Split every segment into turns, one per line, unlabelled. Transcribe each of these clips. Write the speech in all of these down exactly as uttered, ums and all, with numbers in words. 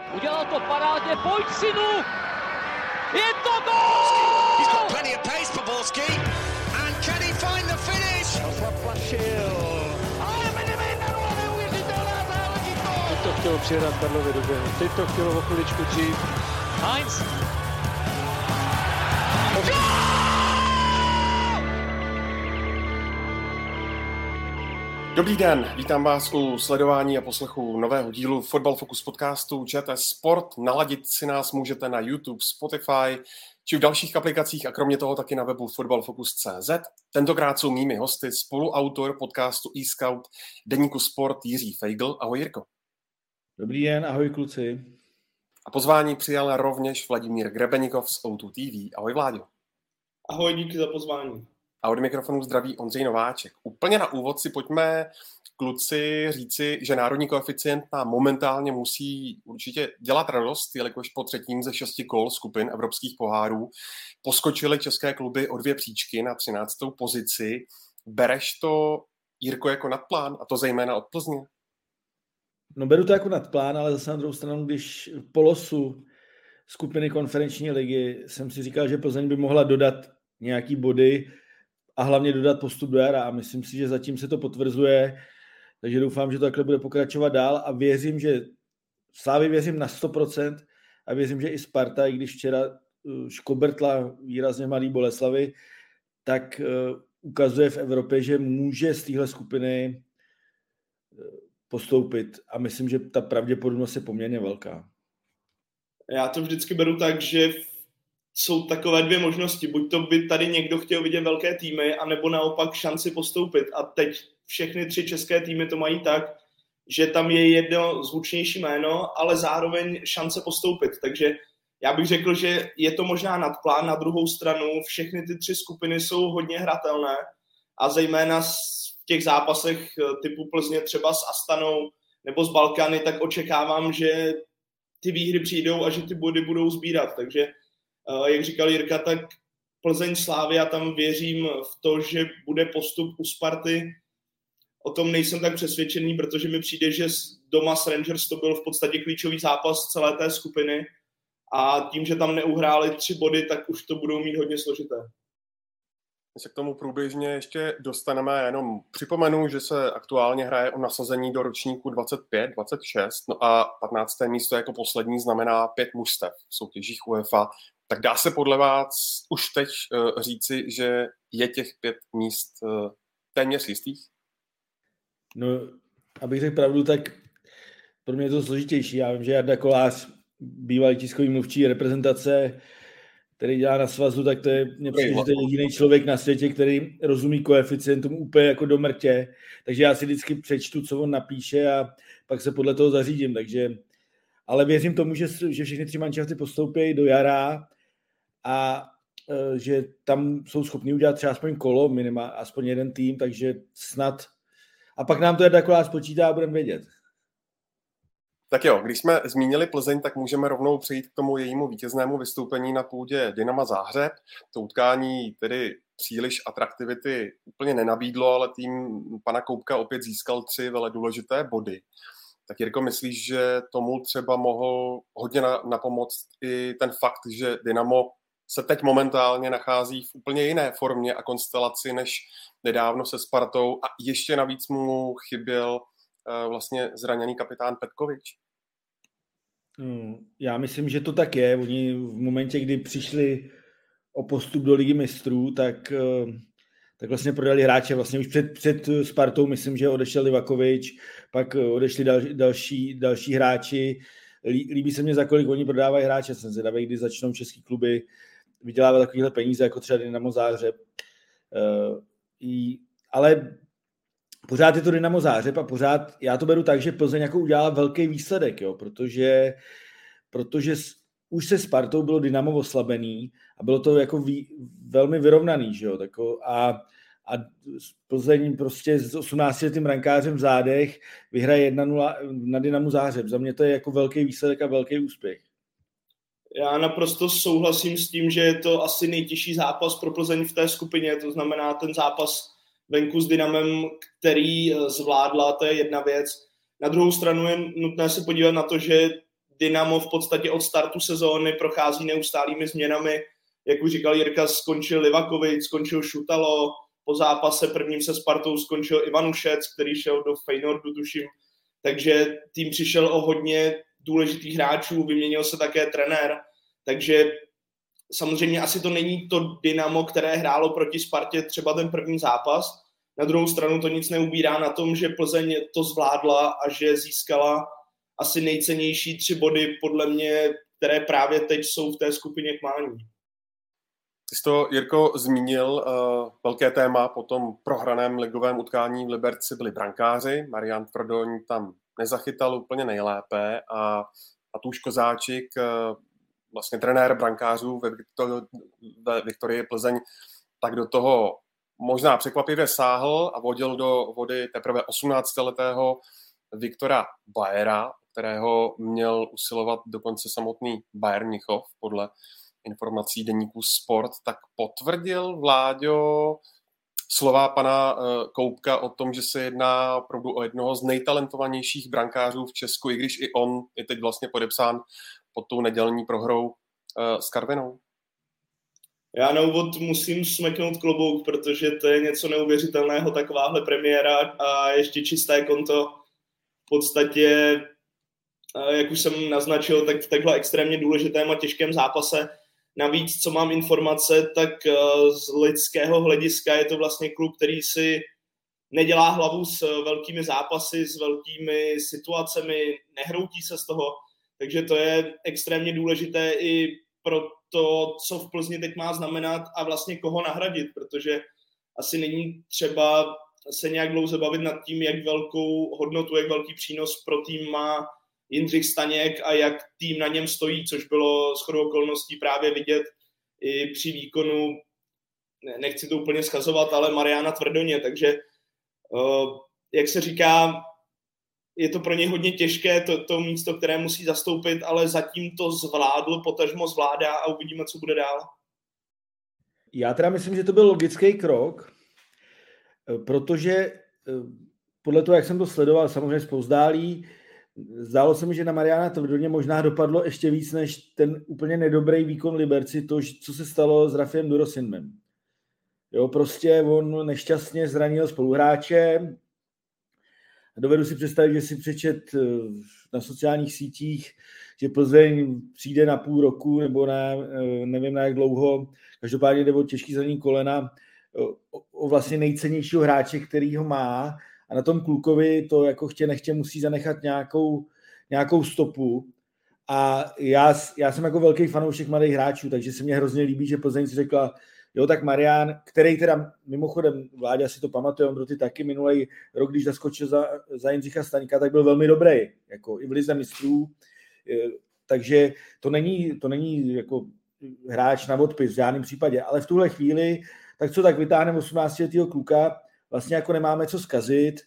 Udělal to parádně, pojď synu! Je to gól!
He's got plenty of pace for Borski. And can he find the finish?
Ale Medvedev, neuvěřitelná záležitost!
Teď to chtělo přihrát Karlovi do běhu, teď to chtělo o chviličku dřív.
Heinz!
Dobrý den, vítám vás u sledování a poslechu nového dílu Fotbal Focus podcastu ČT Sport. Naladit si nás můžete na YouTube, Spotify či v dalších aplikacích a kromě toho taky na webu fotbal focus tečka cé zet. Tentokrát jsou mými hosty spoluautor podcastu eScout deníku Sport Jiří Feigl. Ahoj Jirko.
Dobrý den, ahoj kluci.
A pozvání přijal rovněž Vladimír Grebeníkov z O dva T V. Ahoj Vláďo.
Ahoj, díky za pozvání.
A od mikrofonu zdraví Ondřej Nováček. Úplně na úvod si pojďme kluci říci, že národní koeficient nám momentálně musí určitě dělat radost, jelikož po třetím ze šesti kol skupin evropských pohárů poskočily české kluby o dvě příčky na třináctou pozici. Bereš to, Jirko, jako nadplán, a to zejména od Plzně?
No beru to jako nadplán, ale zase na druhou stranu, když po losu skupiny konferenční ligy jsem si říkal, že Plzeň by mohla dodat nějaký body a hlavně dodat postup do jara a myslím si, že zatím se to potvrzuje, takže doufám, že to takhle bude pokračovat dál a věřím, že Slávy věřím na sto procent a věřím, že i Sparta, i když včera škobrtla výrazně malý Boleslavy, tak ukazuje v Evropě, že může z téhle skupiny postoupit a myslím, že ta pravděpodobnost je poměrně velká.
Já to vždycky beru tak, že jsou takové dvě možnosti. Buď to by tady někdo chtěl vidět velké týmy, anebo naopak šanci postoupit. A teď všechny tři české týmy to mají tak, že tam je jedno zvučnější jméno, ale zároveň šance postoupit. Takže já bych řekl, že je to možná nadplán. Na druhou stranu všechny ty tři skupiny jsou hodně hratelné a zejména v těch zápasech typu Plzně třeba s Astanou nebo s Balkány, tak očekávám, že ty výhry přijdou a že ty body budou sbírat. Takže jak říkal Jirka, tak Plzeň Slavia, tam věřím v to, že bude postup u Sparty. O tom nejsem tak přesvědčený, protože mi přijde, že doma s Rangers to byl v podstatě klíčový zápas celé té skupiny a tím, že tam neuhráli tři body, tak už to budou mít hodně složité.
My se k tomu průběžně ještě dostaneme, jenom připomenu, že se aktuálně hraje o nasazení do ročníku dvacet pět dvacet šest, no a patnácté místo jako poslední znamená pět mužstev v soutěžích UEFA. Tak dá se podle vás už teď uh, říci, že je těch pět míst uh, téměř jistých?
No, abych řekl pravdu, tak pro mě je to složitější. Já vím, že Jarda Kolář, bývalý tiskový mluvčí reprezentace, který dělá na svazu, tak to je, mě přijde, že to je jediný člověk na světě, který rozumí koeficientům úplně jako do mrtě. Takže já si vždycky přečtu, co on napíše a pak se podle toho zařídím. Takže, ale věřím tomu, že, že všechny tři manšafty postoupí do jara a e, že tam jsou schopni udělat třeba aspoň kolo, minima, aspoň jeden tým, takže snad. A pak nám to Jarda Kolář počítá a budeme vědět.
Tak jo, když jsme zmínili Plzeň, tak můžeme rovnou přejít k tomu jejímu vítěznému vystoupení na půdě Dynama Záhřeb. To utkání tedy příliš atraktivity úplně nenabídlo, ale tým pana Koubka opět získal tři vele důležité body. Tak Jirko, myslíš, že tomu třeba mohl hodně napomoct i ten fakt, že Dynamo se teď momentálně nachází v úplně jiné formě a konstelaci než nedávno se Spartou a ještě navíc mu chyběl vlastně zraněný kapitán Petkovič?
Já myslím, že to tak je. Oni v momentě, kdy přišli o postup do Ligy mistrů, tak, tak vlastně prodali hráče. Vlastně už před, před Spartou myslím, že odešel Livakovič, pak odešli dal, další, další hráči. Líbí se mě, za kolik oni prodávají hráče. Jsem zvědavý, kdy začnou český kluby vydělávat takovéhle peníze, jako třeba Dynamo Záhřeb. Ale pořád je to Dynamo Záhřeb a pořád, já to beru tak, že Plzeň jako udělala velký výsledek, jo, protože, protože už se Spartou bylo Dynamo oslabený a bylo to jako vý, velmi vyrovnaný, že jo, tako, a, a Plzeň prostě s osmnáctiletým brankářem v zádech vyhraje jedna nula na Dynamo Záhřeb. Za mě to je jako velký výsledek a velký úspěch.
Já naprosto souhlasím s tím, že je to asi nejtěžší zápas pro Plzeň v té skupině, to znamená ten zápas venku s Dynamem, který zvládla, to je jedna věc. Na druhou stranu je nutné se podívat na to, že Dynamo v podstatě od startu sezóny prochází neustálými změnami. Jak už říkal Jirka, skončil Livakovič, skončil Šutalo, po zápase prvním se Spartou skončil Ivan Ušec, který šel do Feyenoordu, tuším. Takže tým přišel o hodně důležitých hráčů, vyměnil se také trenér, takže samozřejmě asi to není to Dynamo, které hrálo proti Spartě třeba ten první zápas. Na druhou stranu to nic neubírá na tom, že Plzeň to zvládla a že získala asi nejcennější tři body, podle mě, které právě teď jsou v té skupině k mání.
Ty jsi to, Jirko, zmínil, uh, velké téma po tom prohraném ligovém utkání v Liberci byli brankáři. Marian Tvrdoň tam nezachytal úplně nejlépe a Matouš Kozáčik, uh, vlastně trenér brankářů ve, Viktor, ve Viktorii Plzeň, tak do toho možná překvapivě sáhl a vodil do vody teprve osmnáctiletého Viktora Bayera, kterého měl usilovat dokonce samotný Bayern Mnichov, podle informací deníku Sport. Tak potvrdil, Vláďo, slova pana Koubka o tom, že se jedná opravdu o jednoho z nejtalentovanějších brankářů v Česku, i když i on je teď vlastně podepsán pod tou nedělní prohrou s Karvinou?
Já na úvod musím smeknout klobouk, protože to je něco neuvěřitelného, takováhle premiéra a ještě čisté konto. V podstatě, jak už jsem naznačil, tak v takhle extrémně důležitém a těžkém zápase. Navíc, co mám informace, tak z lidského hlediska je to vlastně klub, který si nedělá hlavu s velkými zápasy, s velkými situacemi, nehroutí se z toho. Takže to je extrémně důležité i pro to, co v Plzni teď má znamenat a vlastně koho nahradit, protože asi není třeba se nějak dlouze bavit nad tím, jak velkou hodnotu, jak velký přínos pro tým má Jindřich Staněk a jak tým na něm stojí, což bylo shodou okolností právě vidět i při výkonu, nechci to úplně schazovat, ale Mariana Tvrdoně, takže jak se říká, je to pro něj hodně těžké, to, to místo, které musí zastoupit, ale zatím to zvládl, potažmo zvládá a uvidíme, co bude dál.
Já teda myslím, že to byl logický krok, protože podle toho, jak jsem to sledoval, samozřejmě zpovzdálí, zdálo se mi, že na Mariana Tvrdoně možná dopadlo ještě víc, než ten úplně nedobrý výkon Liberci, to, co se stalo s Rafiem Durosinmem. Jo, prostě on nešťastně zranil spoluhráče. Dovedu si představit, že si přečet na sociálních sítích, že Plzeň přijde na půl roku, nebo na, nevím na jak dlouho, každopádně jde o těžký zranění kolena, o, o vlastně nejcennějšího hráče, který ho má, a na tom klukovi to jako chtě nechtě musí zanechat nějakou, nějakou stopu. A já, já jsem jako velký fanoušek mladých hráčů, takže se mně hrozně líbí, že Plzeň si řekla, jo, tak Marián, který teda mimochodem, Vláďa si to pamatuje, on ty taky minulý rok, když zaskočil za, za Jindřicha Staňka, tak byl velmi dobrý, jako i v lize mistrů, takže to není, to není jako hráč na odpis v žádném případě, ale v tuhle chvíli, tak co, tak vytáhneme osmnáctiletého kluka, vlastně jako nemáme co zkazit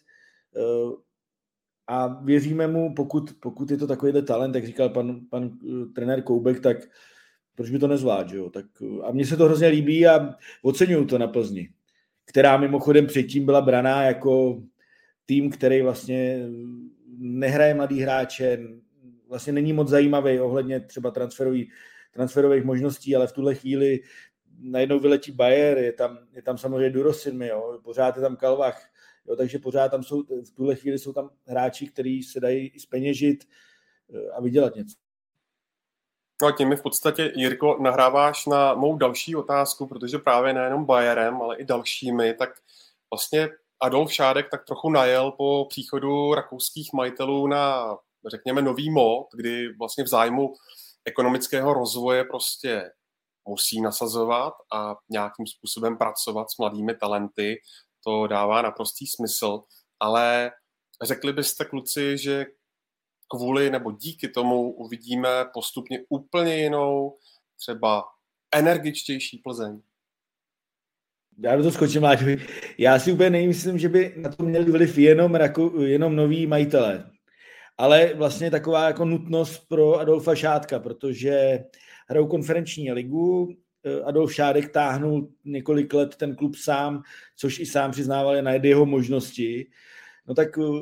a věříme mu, pokud, pokud je to takovýhle talent, jak říkal pan, pan trenér Koubek, tak proč by to nezvládl, jo? Tak, a mně se to hrozně líbí a oceňuju to na Plzni, která mimochodem předtím byla braná jako tým, který vlastně nehraje mladý hráče, vlastně není moc zajímavý ohledně třeba transferový, transferových možností, ale v tuhle chvíli najednou vyletí Bayer, je tam, je tam samozřejmě Durosin, jo? Pořád je tam Kalvach, jo? Takže pořád tam jsou, v tuhle chvíli jsou tam hráči, kteří se dají i zpeněžit a vydělat něco.
No a tím mi v podstatě, Jirko, nahráváš na mou další otázku, protože právě nejenom Bayerem, ale i dalšími, tak vlastně Adolf Šádek tak trochu najel po příchodu rakouských majitelů na, řekněme, nový mód, kdy vlastně v zájmu ekonomického rozvoje prostě musí nasazovat a nějakým způsobem pracovat s mladými talenty. To dává naprostý smysl, ale řekli byste, kluci, že kvůli nebo díky tomu uvidíme postupně úplně jinou, třeba energičtější Plzeň?
Já do toho skočím, Láďovi. Já si úplně nemyslím, že by na to měli vliv jenom, jenom noví majitelé. Ale vlastně taková jako nutnost pro Adolfa Šádka, protože hrajou konferenční ligu, Adolf Šádek táhnul několik let ten klub sám, což i sám přiznával na jeho možnosti. No tak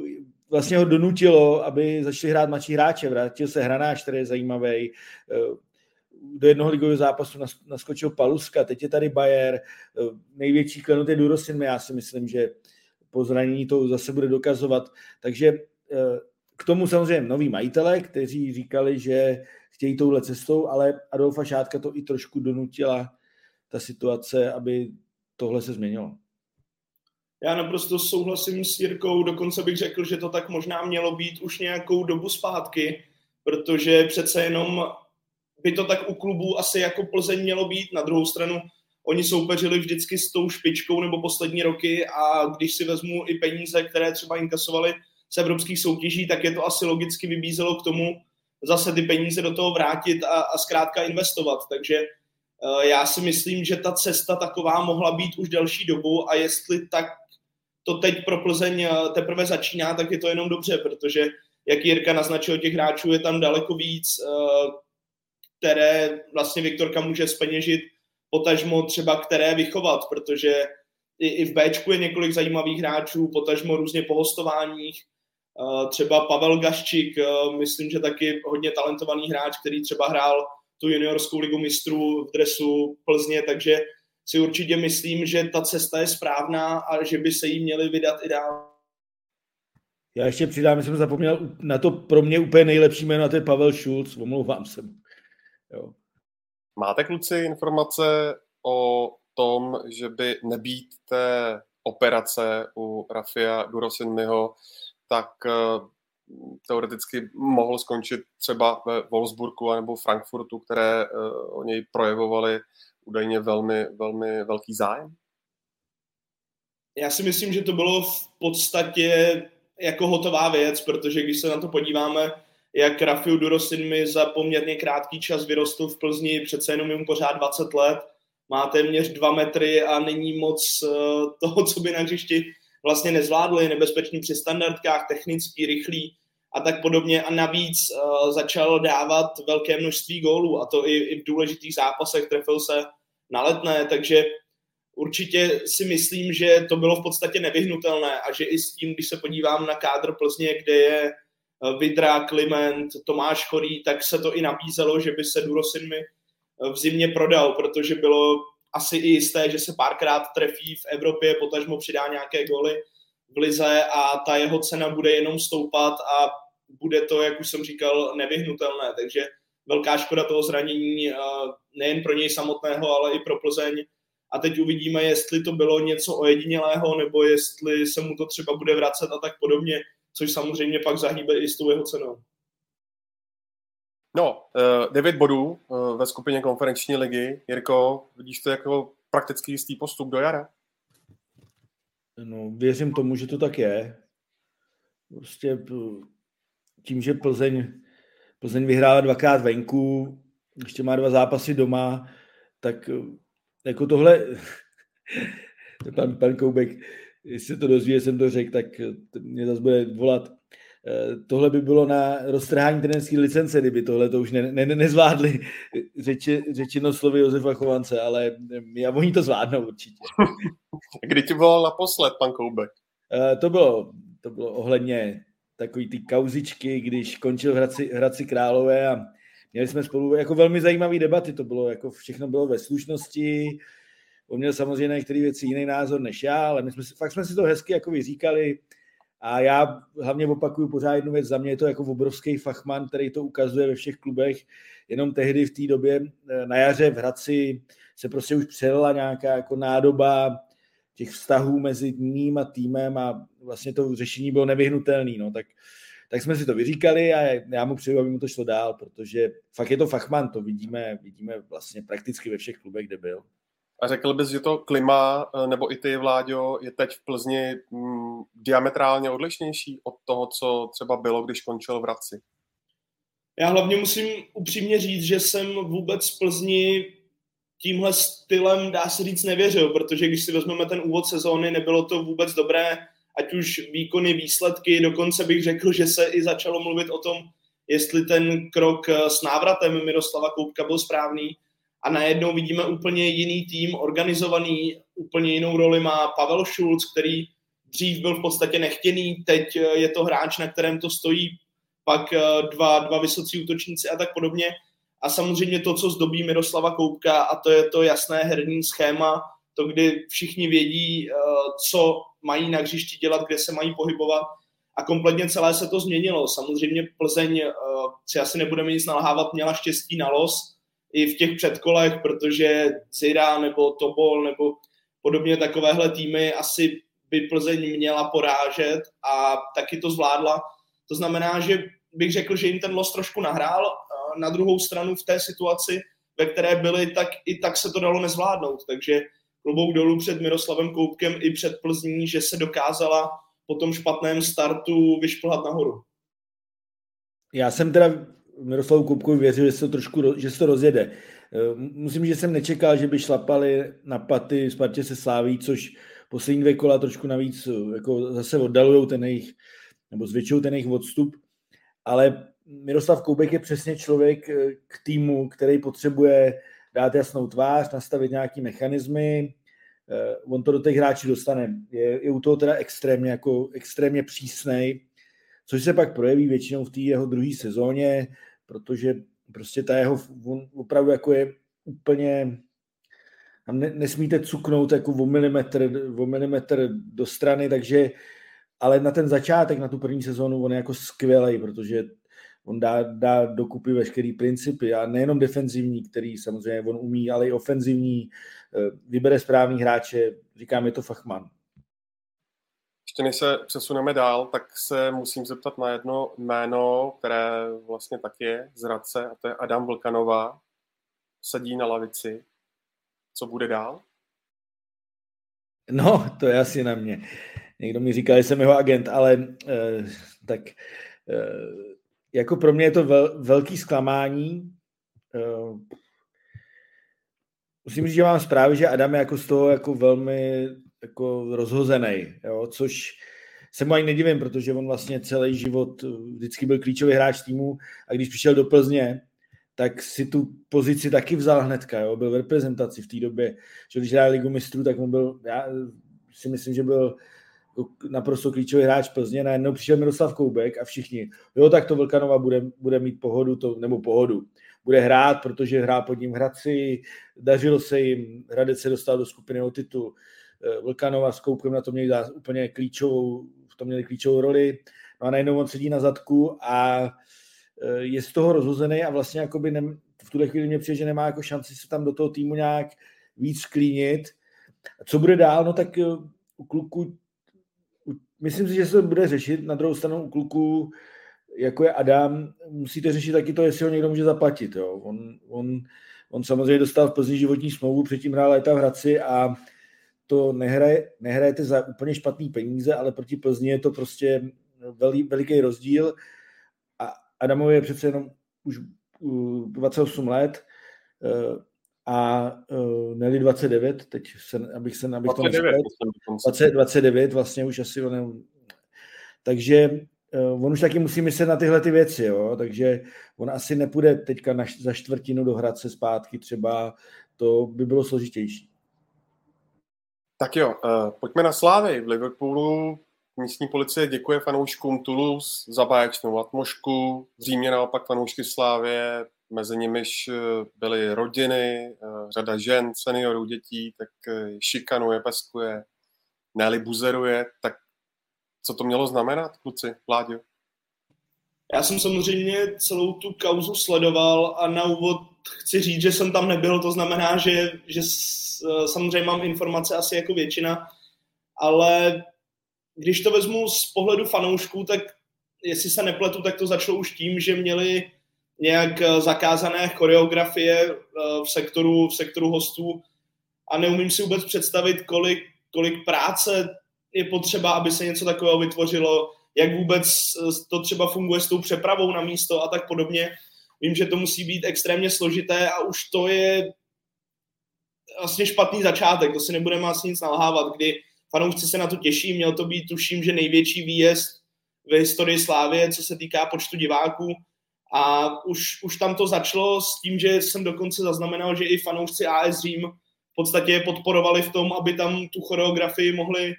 vlastně ho donutilo, aby začali hrát mladší hráče. Vrátil se Hranáč, který je zajímavý. Do jednoho ligového zápasu naskočil Paluska, teď je tady Bayer. Největší klenot je Durosin, já si myslím, že po zranění to zase bude dokazovat. Takže k tomu samozřejmě noví majitele, kteří říkali, že chtějí touhle cestou, ale Adolfa Šátka to i trošku donutila ta situace, aby tohle se změnilo.
Já naprosto souhlasím s Jirkou, dokonce bych řekl, že to tak možná mělo být už nějakou dobu zpátky, protože přece jenom by to tak u klubů asi jako Plzeň mělo být. Na druhou stranu oni soupeřili vždycky s tou špičkou nebo poslední roky a když si vezmu i peníze, které třeba inkasovali z evropských soutěží, tak je to asi logicky vybízelo k tomu zase ty peníze do toho vrátit a, a zkrátka investovat. Takže uh, já si myslím, že ta cesta taková mohla být už delší dobu a jestli tak to teď pro Plzeň teprve začíná, tak je to jenom dobře, protože jak Jirka naznačil, těch hráčů je tam daleko víc, uh, které vlastně Viktorka může zpeněžit, potažmo třeba které vychovat, protože i, i v Béčku je několik zajímavých hráčů, potažmo různě po hostováních, třeba Pavel Gaščík, myslím, že taky hodně talentovaný hráč, který třeba hrál tu juniorskou ligu mistrů v dresu Plzně, takže si určitě myslím, že ta cesta je správná a že by se jí měli vydat i dál.
Já ještě přidám, že jsem zapomněl na to pro mě úplně nejlepší jméno, a to je Pavel Šulc, omlouvám se. Jo.
Máte, kluci, informace o tom, že by nebýt té operace u Rafia Durosinmiho, tak teoreticky mohl skončit třeba ve Wolfsburgu nebo Frankfurtu, které o něj projevovali údajně velmi, velmi velký zájem?
Já si myslím, že to bylo v podstatě jako hotová věc, protože když se na to podíváme, jak Rafiu Durosinmi za poměrně krátký čas vyrostl v Plzni, přece jenom jim pořád dvacet let, má téměř dva metry a není moc toho, co by na hřišti vlastně nezvládl, je nebezpečný při standardkách, technický, rychlý a tak podobně a navíc uh, začal dávat velké množství gólů a to i, i v důležitých zápasech, trefil se na Letné, takže určitě si myslím, že to bylo v podstatě nevyhnutelné a že i s tím, když se podívám na kádr Plzně, kde je Vidra, Kliment, Tomáš Chorý, tak se to i nabízelo, že by se Durosinmi v zimě prodal, protože bylo asi i jisté, že se párkrát trefí v Evropě, potažmo přidá nějaké góly v lize a ta jeho cena bude jenom stoupat a bude to, jak už jsem říkal, nevyhnutelné. Takže velká škoda toho zranění nejen pro něj samotného, ale i pro Plzeň. A teď uvidíme, jestli to bylo něco ojedinělého, nebo jestli se mu to třeba bude vracet a tak podobně, což samozřejmě pak zahýbe i s tou jeho cenou.
No, devět bodů ve skupině konferenční ligy. Jirko, vidíš to jako prakticky jistý postup do jara?
No, věřím tomu, že to tak je. Prostě tím, že Plzeň, Plzeň vyhrála dvakrát venku, ještě má dva zápasy doma, tak jako tohle, pan, pan Koubek, jestli to dozví, jsem to řekl, tak mě zase bude volat. Tohle by bylo na roztrhání trenérské licence, kdyby tohle to už ne, ne, nezvládli řeči, řečeno slovy Josefa Chovance, ale já, oni to zvládnou určitě.
Kdy ti volal naposled, pan Koubek?
To bylo, to bylo ohledně takový ty kauzičky, když končil v Hradci, Hradci Králové a měli jsme spolu jako velmi zajímavé debaty, to bylo jako všechno bylo ve slušnosti, on měl samozřejmě na některé věci jiný názor než já, ale my jsme si, fakt jsme si to hezky jako vyříkali a já hlavně opakuju pořád jednu věc, za mě je to jako obrovský fachman, který to ukazuje ve všech klubech, jenom tehdy v té době na jaře v Hradci se prostě už přelila nějaká jako nádoba těch vztahů mezi ním a týmem a vlastně to řešení bylo nevyhnutelné, no, tak tak jsme si to vyříkali a já mu přeju, aby mu to šlo dál, protože fakt je to fachman, to vidíme, vidíme vlastně prakticky ve všech klubech, kde byl.
A řekl bys, že to klima, nebo i ty, Vláďo, je teď v Plzni mm, diametrálně odlišnější od toho, co třeba bylo, když končil v Hradci?
Já hlavně musím upřímně říct, že jsem vůbec v Plzni tímhle stylem, dá se říct, nevěřil, protože když si vezmeme ten úvod sezóny, nebylo to vůbec dobré, ať už výkony, výsledky, dokonce bych řekl, že se i začalo mluvit o tom, jestli ten krok s návratem Miroslava Koubka byl správný a najednou vidíme úplně jiný tým, organizovaný, úplně jinou roli má Pavel Šulc, který dřív byl v podstatě nechtěný, teď je to hráč, na kterém to stojí, pak dva, dva vysocí útočníci a tak podobně. A samozřejmě to, co zdobí Miroslava Koubka, a to je to jasné herní schéma, to, kdy všichni vědí, co mají na hřišti dělat, kde se mají pohybovat. A kompletně celé se to změnilo. Samozřejmě Plzeň, si asi nebudeme nic nalhávat, měla štěstí na los i v těch předkolech, protože Zira nebo Tobol nebo podobně takovéhle týmy asi by Plzeň měla porážet a taky to zvládla. To znamená, že bych řekl, že jim ten los trošku nahrál. Na druhou stranu v té situaci, ve které byli, tak i tak se to dalo nezvládnout. Takže klobouk dolů před Miroslavem Koubkem i před Plzní, že se dokázala po tom špatném startu vyšplhat nahoru.
Já jsem teda Miroslavu Koubkovi věřil, že se to trošku že se to rozjede. Musím, že jsem nečekal, že by šlapali na paty Spartě se Sláví, což poslední dvě kola trošku navíc jako zase oddalujou ten jejich, nebo zvětšují ten jejich odstup, ale Miroslav Koubek je přesně člověk k týmu, který potřebuje dát jasnou tvář, nastavit nějaký mechanismy, on to do těch hráčů dostane. Je, je u toho teda extrémně, jako extrémně přísnej, což se pak projeví většinou v té jeho druhé sezóně, protože prostě ta jeho, on opravdu jako je úplně, tam ne, nesmíte cuknout jako o milimetr, o milimetr do strany, takže, ale na ten začátek, na tu první sezónu, on je jako skvělej, protože on dá, dá dokupy veškerý principy a nejenom defenzivní, který samozřejmě on umí, ale i ofenzivní, vybere správný hráče, říkám, je to fachman.
Ještě než se přesuneme dál, tak se musím zeptat na jedno jméno, které vlastně taky je z Hradce, a to je Adam Vlkanová. Sedí na lavici. Co bude dál?
No, to je asi na mě. Někdo mi říkal, že jsem jeho agent, ale eh, tak eh, jako pro mě je to vel, velký zklamání. Eh, musím říct, že mám zprávy, že Adam je jako z toho jako velmi jako rozhozený, jo, což se mu ani nedivím, protože on vlastně celý život vždycky byl klíčový hráč týmu a když přišel do Plzně, tak si tu pozici taky vzal hnedka, jo, byl v reprezentaci v té době, že když hrál Ligu mistrů, tak on byl, já si myslím, že byl naprosto klíčový hráč Plzně, najednou přišel Miroslav Koubek a všichni, jo, tak to Vlkanova bude, bude mít pohodu, to, nebo pohodu, bude hrát, protože hrál pod ním v Hradci, dařilo se jim, Hradec se dostal do skupiny o titul, Vlkanova s Koubkem na to měli dát úplně klíčovou, v tom měli klíčovou roli, no a najednou on sedí na zadku a je z toho rozhozený a vlastně jakoby ne, v tuhle chvíli mě přijde, že nemá jako šanci se tam do toho týmu nějak víc sklínit. A co bude dál? No tak u kluku, myslím si, že se to bude řešit. Na druhou stranu u kluku, jako je Adam, musíte řešit taky to, jestli ho někdo může zaplatit. Jo. On, on, on samozřejmě dostal v Plzni životní smlouvu, předtím hrál léta v Hradci a to nehraje, nehrajete za úplně špatný peníze, ale proti Plzni je to prostě velký, veliký rozdíl. A Adamovi je přece jenom už dvacet osm let a ne dvacet devět, teď se, abych se abych
dvacet devět,
to dvacet, dvacet devět vlastně už asi on, takže on už taky musí myslet na tyhle ty věci, jo? Takže on asi nepůjde teďka na, za čtvrtinu do Hradce zpátky, třeba to by bylo složitější.
Tak jo, uh, pojďme na Slávy. V Liverpoolu místní policie děkuje fanouškům Toulouse za báječnou atmosféru. V Římě naopak fanoušky Slávie, mezi nimiž byly rodiny, uh, řada žen, seniorů, dětí, tak uh, šikanuje, peskuje, ne-li buzeruje. Tak co to mělo znamenat, kluci, Vláďo?
Já jsem samozřejmě celou tu kauzu sledoval a na úvod chci říct, že jsem tam nebyl, to znamená, že, že samozřejmě mám informace asi jako většina, ale když to vezmu z pohledu fanoušků, tak jestli se nepletu, tak to začalo už tím, že měli nějak zakázané choreografie v sektoru, v sektoru hostů a neumím si vůbec představit, kolik, kolik práce je potřeba, aby se něco takového vytvořilo, jak vůbec to třeba funguje s tou přepravou na místo a tak podobně. Vím, že to musí být extrémně složité a už to je vlastně špatný začátek, to si nebudeme asi nic nalhávat, kdy fanoušci se na to těší, měl to být, tuším, že největší výjezd v historii Slávie, co se týká počtu diváků a už, už tam to začalo s tím, že jsem dokonce zaznamenal, že i fanoušci á es Řím v podstatě podporovali v tom, aby tam tu choreografii mohli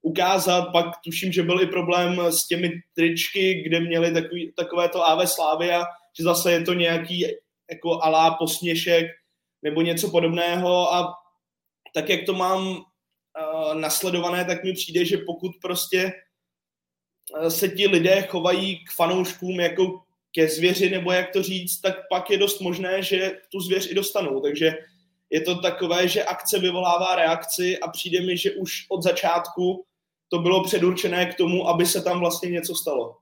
ukázat. Pak tuším, že byl i problém s těmi tričky, kde měli takový, takové to Ave Slavia, že zase je to nějaký jako alá posměšek nebo něco podobného a tak, jak to mám uh, nasledované, tak mi přijde, že pokud prostě uh, se ti lidé chovají k fanouškům jako ke zvěři, nebo jak to říct, tak pak je dost možné, že tu zvěř i dostanou. Takže je to takové, že akce vyvolává reakci a přijde mi, že už od začátku to bylo předurčené k tomu, aby se tam vlastně něco stalo.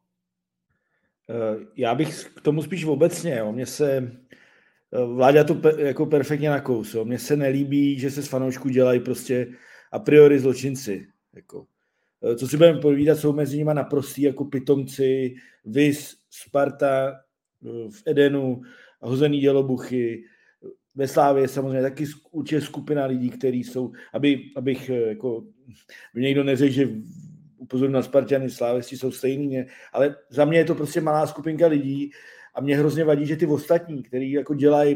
Já bych k tomu spíš obecně. Jo. Mně se Vláďa to pe, jako perfektně nakous. Mně se nelíbí, že se z fanoušků dělají prostě a priori zločinci. Jako. Co si budeme povídat, jsou mezi nimi naprostí jako pitomci, Vis, Sparta, v Edenu, hozený dělobuchy, ve Slávě samozřejmě taky určitě skupina lidí, kteří jsou, aby, abych jako, by někdo neřekl, že upozorňuji na Sparťany, Slávisti jsou stejný, ale za mě je to prostě malá skupinka lidí a mě hrozně vadí, že ty ostatní, kteří jako dělají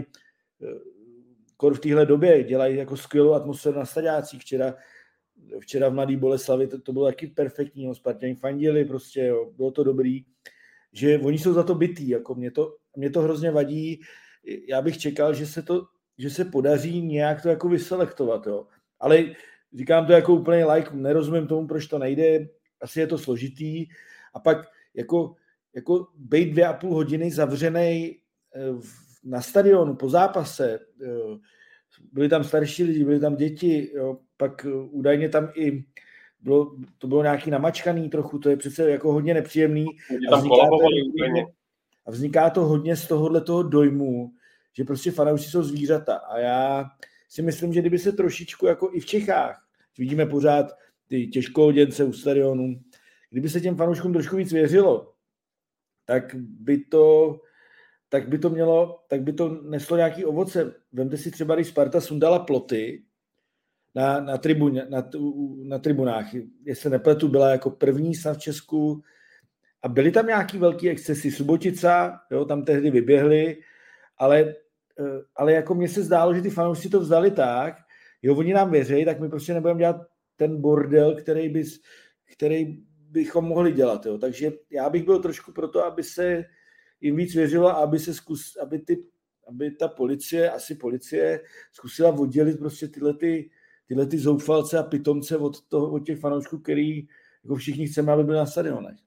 kor v téhle době, dělají jako skvělou atmosféru na stadiácích. Včera, včera v Mladý Boleslavi to, to bylo taky perfektní, jo, Sparťani fandili, prostě jo, bylo to dobrý, že oni jsou za to bitý, jako mě to, mě to hrozně vadí. Já bych čekal, že se to, že se podaří nějak to jako vyselektovat, jo. Ale říkám to jako úplně like, nerozumím tomu, proč to nejde, asi je to složitý. A pak jako, jako bejt dvě a půl hodiny zavřenej na stadionu po zápase, byli tam starší lidi, byli tam děti, jo. Pak údajně tam i bylo, to bylo nějaký namačkaný trochu, to je přece jako hodně nepříjemný. A vzniká, to, a vzniká to hodně z tohohle toho dojmu, že prostě fanoušci jsou zvířata. A já si myslím, že kdyby se trošičku, jako i v Čechách, vidíme pořád ty těžkohoděnce u stadionu, kdyby se těm fanouškům trošku víc věřilo, tak by to, tak by to mělo, tak by to neslo nějaký ovoce. Vemte si třeba, když Sparta sundala ploty na, na, tribuně, na, na tribunách. Jestli se nepletu, byla jako první snad v Česku a byly tam nějaký velký excesy. Subotica, jo, tam tehdy vyběhli, ale, ale jako mně se zdálo, že ty fanoušci to vzdali tak, jo, oni nám věří, tak my prostě nebudeme dělat ten bordel, který, bys, který bychom mohli dělat. Jo. Takže já bych byl trošku proto, aby se jim víc věřilo a aby, se zkus, aby, ty, aby ta policie, asi policie, zkusila oddělit prostě tyhle, ty, tyhle ty zoufalce a pitomce od, toho, od těch fanoušků, který jako všichni chceme, aby byli na stadionech.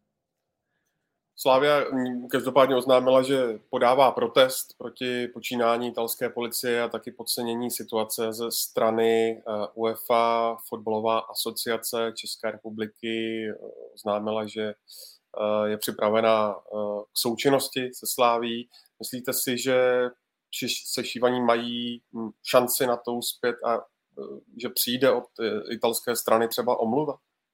Slavia každopádně oznámila, že podává protest proti počínání italské policie a taky podcenění situace ze strany UEFA. Fotbalová asociace České republiky oznámila, že je připravena k součinnosti se Slavií. Myslíte si, že se Šívaní mají šanci na to uspět a že přijde od italské strany třeba omluva?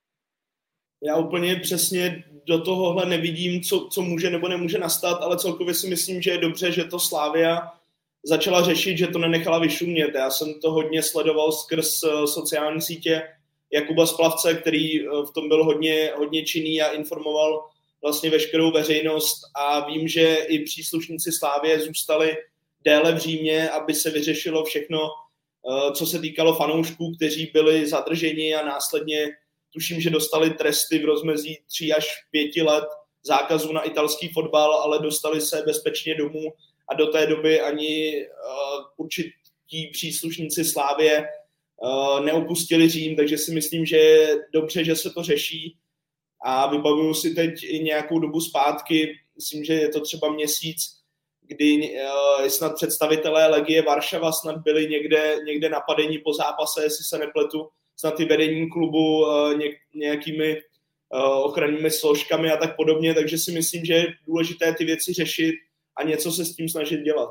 Já úplně přesně do tohohle nevidím, co, co může nebo nemůže nastat, ale celkově si myslím, že je dobře, že to Slavia začala řešit, že to nenechala vyšumět. Já jsem to hodně sledoval skrz sociální sítě Jakuba Splavce, který v tom byl hodně, hodně činný a informoval vlastně veškerou veřejnost a vím, že i příslušníci Slavie zůstali déle v Římě, aby se vyřešilo všechno, co se týkalo fanoušků, kteří byli zadrženi a následně tuším, že dostali tresty v rozmezí tří až pěti let zákazu na italský fotbal, ale dostali se bezpečně domů a do té doby ani uh, určití příslušníci Slávie uh, neopustili Řím, takže si myslím, že je dobře, že se to řeší a vybavuju si teď i nějakou dobu zpátky, myslím, že je to třeba měsíc, kdy uh, snad představitelé Legie Varšava snad byli někde, někde napadení po zápase, jestli se nepletu, snad i vedení klubu nějakými ochrannými složkami a tak podobně, takže si myslím, že je důležité ty věci řešit a něco se s tím snažit dělat.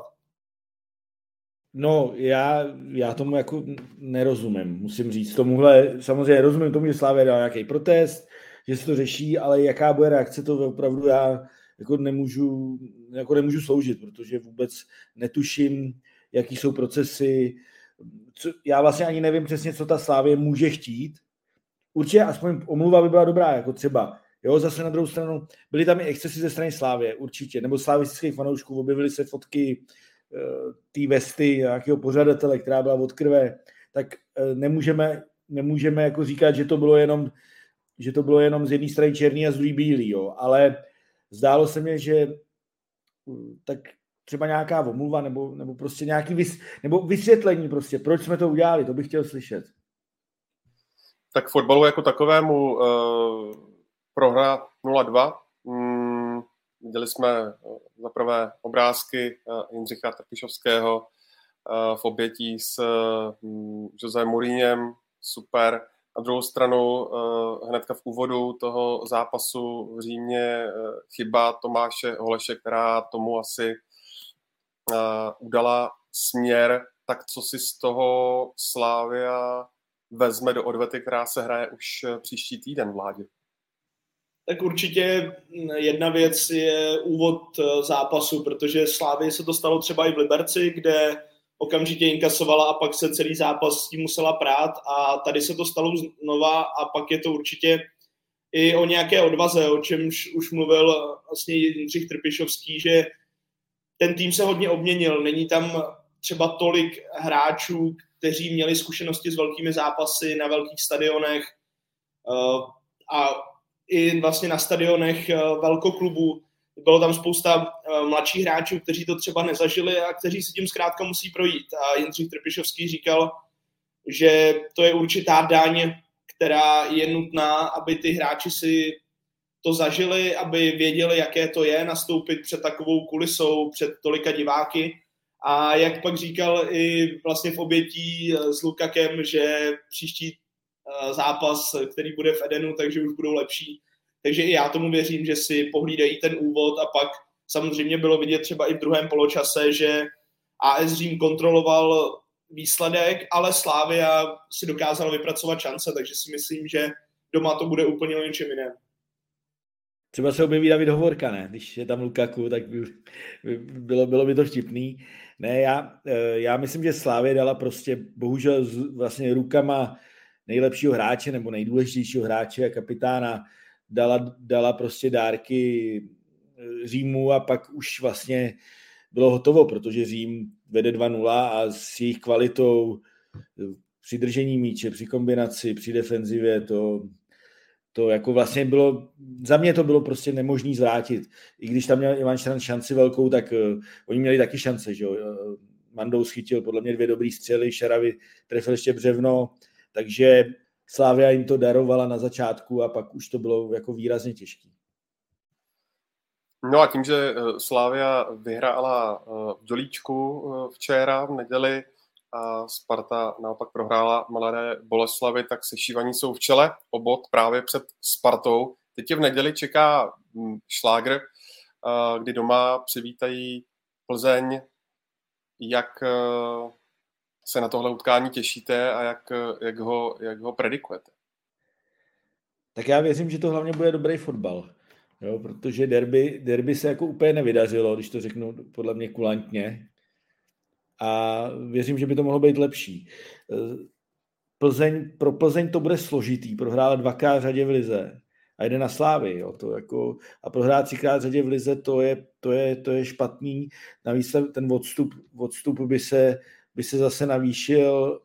No, já, já tomu jako nerozumím, musím říct. Tomuhle, samozřejmě rozumím tomu, že Slavia dal nějaký protest, že se to řeší, ale jaká bude reakce, to opravdu já jako nemůžu, jako nemůžu sloužit, protože vůbec netuším, jaký jsou procesy. Co, já vlastně ani nevím přesně, co ta Slavie může chtít. Určitě aspoň omluva by byla dobrá, jako třeba. Jo, zase na druhou stranu, byly tam i excesy ze strany Slavie, určitě. Nebo slavistických fanoušků, objevily se fotky uh, té vesty nějakého pořadatele, která byla od krve. Tak uh, nemůžeme, nemůžeme jako říkat, že to bylo jenom že to bylo jenom z jedné strany černý a z druhé bílý, jo. Ale zdálo se mi, že tak třeba nějaká omluva nebo, nebo prostě nějaký vys, nebo vysvětlení prostě, proč jsme to udělali, to bych chtěl slyšet.
Tak fotbalu jako takovému uh, prohra nula dva. Mm, viděli jsme za prvé obrázky uh, Jindřicha Trpišovského uh, v obětí s uh, José Mourinhem, super. Na druhou stranu uh, hnedka v úvodu toho zápasu v Římě uh, chyba Tomáše Holeše, která tomu asi uh, udala směr. Tak co si z toho Slavia vezme do odvety, která se hraje už příští týden, Vládě?
Tak určitě jedna věc je úvod zápasu, protože Slavii se to stalo třeba i v Liberci, kde okamžitě inkasovala a pak se celý zápas s tím musela prát a tady se to stalo znova a pak je to určitě i o nějaké odvaze, o čemž už mluvil vlastně Jindřich Trpišovský, že ten tým se hodně obměnil, není tam třeba tolik hráčů, kteří měli zkušenosti s velkými zápasy na velkých stadionech a i vlastně na stadionech velkoklubů. Bylo tam spousta mladších hráčů, kteří to třeba nezažili a kteří si tím zkrátka musí projít. A Jindřich Trpišovský říkal, že to je určitá daň, která je nutná, aby ty hráči si to zažili, aby věděli, jaké to je nastoupit před takovou kulisou, před tolika diváky. A jak pak říkal i vlastně v obětí s Lukakem, že příští zápas, který bude v Edenu, takže už budou lepší. Takže i já tomu věřím, že si pohlídají ten úvod a pak samozřejmě bylo vidět třeba i v druhém poločase, že á es Řím kontroloval výsledek, ale Slavia si dokázala vypracovat šance, takže si myslím, že doma to bude úplně o něčem jiném.
Třeba se objeví David Hovorka, ne? Když je tam Lukaku, tak by, by, bylo, bylo by to vtipný. Ne, já, já myslím, že Slavia dala prostě bohužel vlastně rukama nejlepšího hráče nebo nejdůležitějšího hráče a kapitána dala, dala prostě dárky Římu a pak už vlastně bylo hotovo, protože Řím vede dva nula a s jejich kvalitou při držení míče, při kombinaci, při defenzivě to, to jako vlastně bylo, za mě to bylo prostě nemožný zvrátit. I když tam měl Ivan Štran šanci velkou, tak uh, oni měli taky šance, že jo. Mandou schytil podle mě dvě dobrý střely, Šaravi trefil ještě břevno, takže Slavia jim to darovala na začátku a pak už to bylo jako výrazně těžký.
No a tím, že Slavia vyhrála v Dolíčku včera v neděli a Sparta naopak prohrála Mladé Boleslavi, tak sešívaní jsou v čele o bod právě před Spartou. Teď je v neděli čeká šlágr, kdy doma přivítají Plzeň. Jak se na tohle utkání těšíte a jak, jak, ho, jak ho predikujete?
Tak já věřím, že to hlavně bude dobrý fotbal. Jo, protože derby, derby se jako úplně nevydařilo, když to řeknu podle mě kulantně. A věřím, že by to mohlo být lepší. Plzeň, pro Plzeň to bude složitý. Prohrála dvakrát v řadě v lize a jde na Slávy. Jo, to jako, a prohrát třikrát v řadě v lize, to je, to je, to je špatný. Navíc ten odstup, odstup by, se, by se zase navýšil.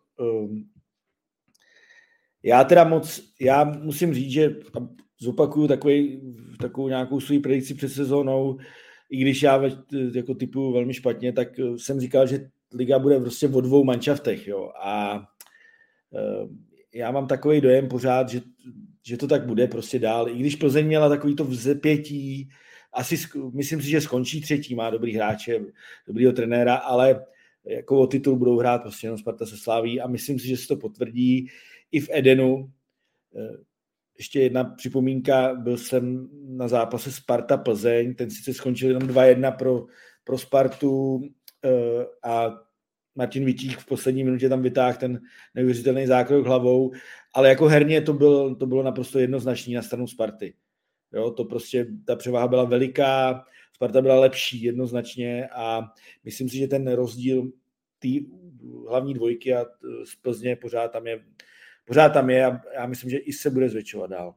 Já teda moc, já musím říct, že zopakuju takový, takovou nějakou svou predikci před sezónou, i když já jako typuju velmi špatně, tak jsem říkal, že liga bude prostě o dvou manšaftech. Jo. A já mám takový dojem pořád, že, že to tak bude prostě dál. I když Plzeň měla takový to vzepětí, asi myslím si, že skončí třetí, má dobrý hráče, dobrýho trenéra, ale jako o titul budou hrát prostě jenom Sparta se Slaví a myslím si, že se to potvrdí i v Edenu. Ještě jedna připomínka, byl jsem na zápase Sparta Plzeň, ten sice skončil jenom dva jedna pro, pro Spartu a Martin Vitík v poslední minutě tam vytáhl ten neuvěřitelný zákrok hlavou, ale jako herně to bylo, to bylo naprosto jednoznačný na stranu Sparty. Jo, to prostě, ta převaha byla veliká, Sparta byla lepší jednoznačně a myslím si, že ten rozdíl té hlavní dvojky a z Plzně pořád tam je Pořád tam je a já myslím, že i se bude zvětšovat dál.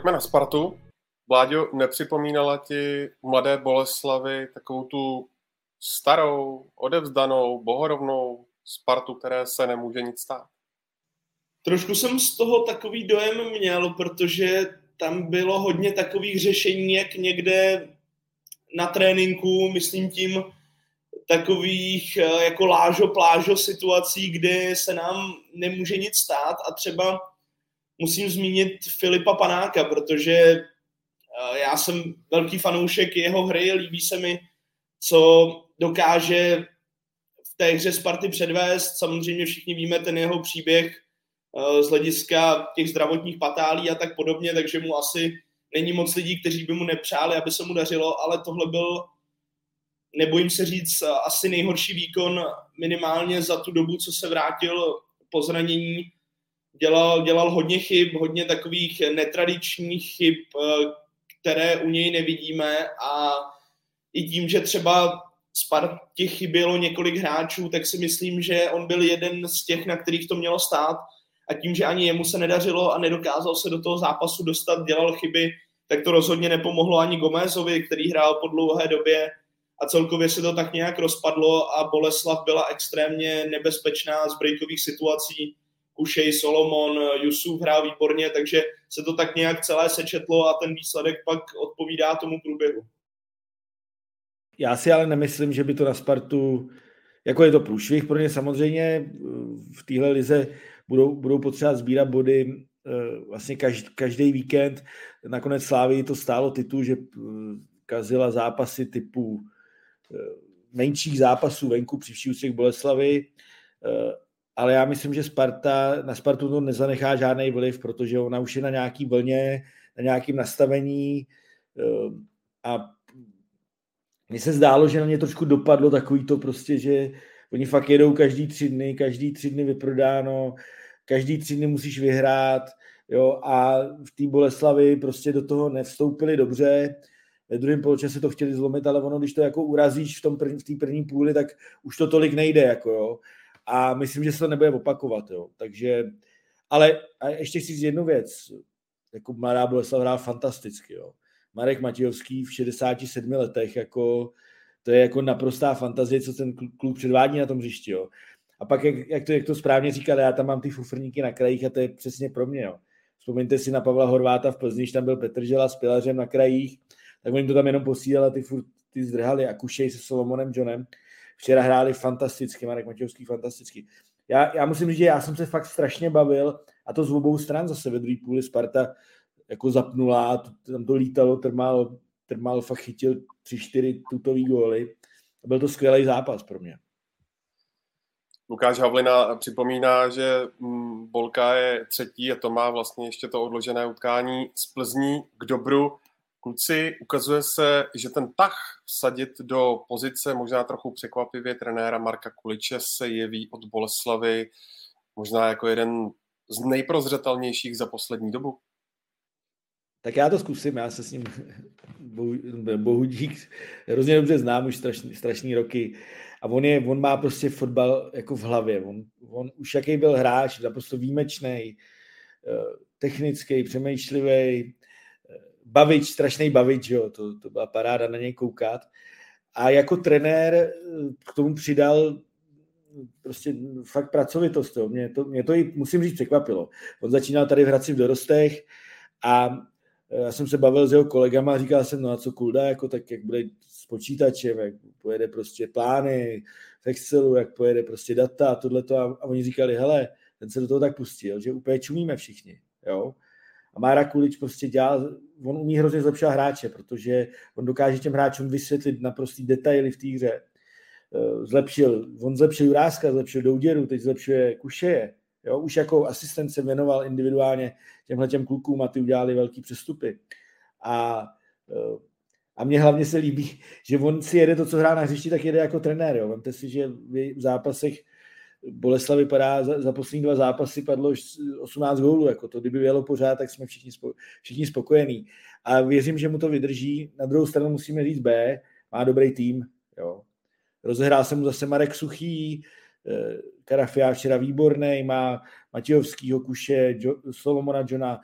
pojďme na Spartu. Vláďo, nepřipomínala ti mladé Boleslavy takovou tu starou, odevzdanou, bohorovnou Spartu, které se nemůže nic stát?
Trošku jsem z toho takový dojem měl, protože tam bylo hodně takových řešení, jak někde na tréninku, myslím tím, takových jako lážo-plážo situací, kde se nám nemůže nic stát a třeba musím zmínit Filipa Panáka, protože já jsem velký fanoušek jeho hry, líbí se mi, co dokáže v té hře Sparty předvést. Samozřejmě všichni víme ten jeho příběh z hlediska těch zdravotních patálí a tak podobně, takže mu asi není moc lidí, kteří by mu nepřáli, aby se mu dařilo, ale tohle byl, nebojím se říct, asi nejhorší výkon minimálně za tu dobu, co se vrátil po zranění. Dělal, dělal hodně chyb, hodně takových netradičních chyb, které u něj nevidíme a i tím, že třeba Spartě chybělo několik hráčů, tak si myslím, že on byl jeden z těch, na kterých to mělo stát a tím, že ani jemu se nedařilo a nedokázal se do toho zápasu dostat, dělal chyby, tak to rozhodně nepomohlo ani Gomézovi, který hrál po dlouhé době a celkově se to tak nějak rozpadlo a Boleslav byla extrémně nebezpečná z breakových situací. Kušej, Solomon, Jusuf hrál výborně, takže se to tak nějak celé sečetlo a ten výsledek pak odpovídá tomu průběhu.
Já si ale nemyslím, že by to na Spartu, jako je to průšvih pro ně samozřejmě, v téhle lize budou, budou potřebovat sbírat body vlastně každý, každý víkend. Nakonec Slávii to stálo titul, že kazila zápasy typu menších zápasů venku při vší úctě k Boleslavi, ale já myslím, že Sparta, na Spartu to nezanechá žádný vliv, protože ona už je na nějaký vlně, na nějakém nastavení a mně se zdálo, že na ně trošku dopadlo takový to prostě, že oni fakt jedou každý tři dny, každý tři dny vyprodáno, každý tři dny musíš vyhrát, jo, a v té Boleslavi prostě do toho nevstoupili dobře, ve druhém poločase to chtěli zlomit, ale ono, když to jako urazíš v tom první, v té první půli, tak už to tolik nejde, jako jo. A myslím, že se to nebude opakovat, jo. Takže, ale a ještě chci říct jednu věc, jako mladá Boleslav hrál fantasticky, jo. Marek Matějovský v šedesáti sedmi letech, jako, to je jako naprostá fantazie, co ten kluk předvádí na tom hřišti, jo. A pak, jak, jak, to, jak to správně říkal, já tam mám ty fufrníky na krajích a to je přesně pro mě, jo. Vzpomeňte si na Pavla Horváta v Plzni, když tam byl Petržela s Pilařem na krajích, tak oni to tam jenom posílali, ty furt ty zdrhali a Kušej se Solomonem Johnem. Včera hráli fantasticky, Marek Matějovský fantasticky. Já, já musím říct, že já jsem se fakt strašně bavil a to z obou stran zase ve druhé půli Sparta jako zapnula, tam to lítalo, Trmal, Trmal fakt chytil tři, čtyři tutový góly. Byl to skvělý zápas pro mě.
Lukáš Havlina připomíná, že Bolka je třetí a to má vlastně ještě to odložené utkání z Plzní k dobru. Kluci, ukazuje se, že ten tah vsadit do pozice možná trochu překvapivě trenéra Marka Kuliče se jeví od Boleslavy možná jako jeden z nejprozřetelnějších za poslední dobu.
Tak já to zkusím, já se s ním Bohudík hrozně dobře znám už strašný, strašný roky a on, je, on má prostě fotbal jako v hlavě. On, on už jaký byl hráč, naprosto výjimečný, technický, přemýšlivý, bavič, strašný bavič, jo, to, to byla paráda na něj koukat. A jako trenér k tomu přidal prostě fakt pracovitost. Jo. Mě to, mě to i, musím říct, překvapilo. On začínal tady v Hradci v dorostech a já jsem se bavil s jeho kolegama a říkal jsem, no a co Kulda, jako tak jak bude s počítačem, jak pojede prostě plány v Excelu, jak pojede prostě data a tohleto. A, a oni říkali, hele, ten se do toho tak pustil, že úplně čumíme všichni, jo. A Mára Kulič prostě dělá, on umí hrozně zlepšovat hráče, protože on dokáže těm hráčům vysvětlit naprostý detaily v té hře. Zlepšil, on zlepšil Juráska, zlepšil Douděru, teď zlepšuje Kušeje. Jo, už jako asistent se věnoval individuálně těmhle těm klukům a ty udělali velký přestupy. A, a mně hlavně se líbí, že on si jede to, co hrá na hřišti, tak jede jako trenér. Jo. Vemte si, že v zápasech Boleslav vypadá, za, za poslední dva zápasy padlo osmnáct gólů. Jako to, kdyby jelo pořád, tak jsme všichni, spo, všichni spokojení. A věřím, že mu to vydrží. Na druhou stranu musíme říct B, má dobrý tým. Jo. Rozehrál se mu zase Marek Suchý, Karafia včera výborný, má Matějovskýho, Kuše, jo, Solomona Johna,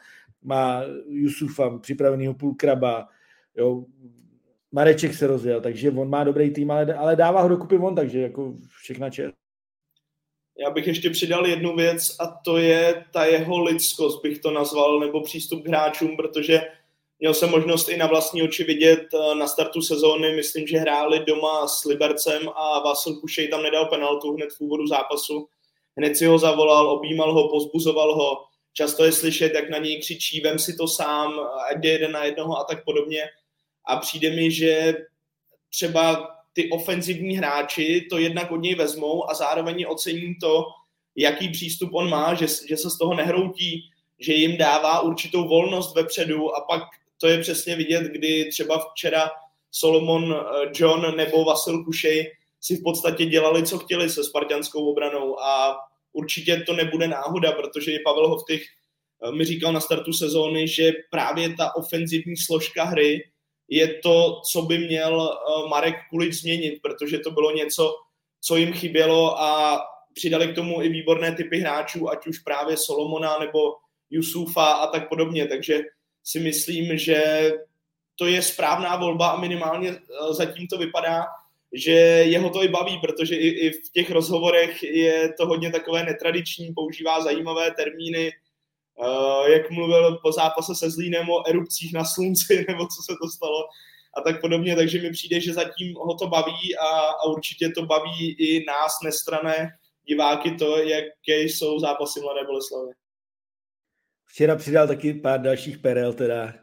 má Jusufa, připravenýho Pulkraba, jo, Mareček se rozjel, takže on má dobrý tým, ale, ale dává ho dokupy on, takže jako všechna čest.
Já bych ještě přidal jednu věc a to je ta jeho lidskost, bych to nazval, nebo přístup k hráčům, protože měl jsem možnost i na vlastní oči vidět na startu sezóny, myslím, že hráli doma s Libercem a Vasil Kušej tam nedal penaltu hned v úvodu zápasu. Hned si ho zavolal, objímal ho, pozbuzoval ho. Často je slyšet, jak na něj křičí, vem si to sám, ať jde jeden na jednoho a tak podobně. A přijde mi, že třeba ty ofenzivní hráči to jednak od něj vezmou a zároveň ocení to, jaký přístup on má, že, že se z toho nehroutí, že jim dává určitou volnost vepředu a pak to je přesně vidět, kdy třeba včera Solomon John nebo Vasil Kušej si v podstatě dělali, co chtěli se spartanskou obranou a určitě to nebude náhoda, protože i Pavel Hoftych mi říkal na startu sezóny, že právě ta ofenzivní složka hry je to, co by měl Marek Kulič změnit, protože to bylo něco, co jim chybělo a přidali k tomu i výborné typy hráčů, ať už právě Solomona nebo Jusufa a tak podobně, takže si myslím, že to je správná volba a minimálně zatím to vypadá, že jeho to i baví, protože i, i v těch rozhovorech je to hodně takové netradiční, používá zajímavé termíny, uh, jak mluvil po zápase se Zlínem o erupcích na slunci, nebo co se to stalo a tak podobně, takže mi přijde, že zatím ho to baví a, a určitě to baví i nás nestranné diváky to, jaké jsou zápasy Mladé Boleslavi.
Včera přidal taky pár dalších perel, teda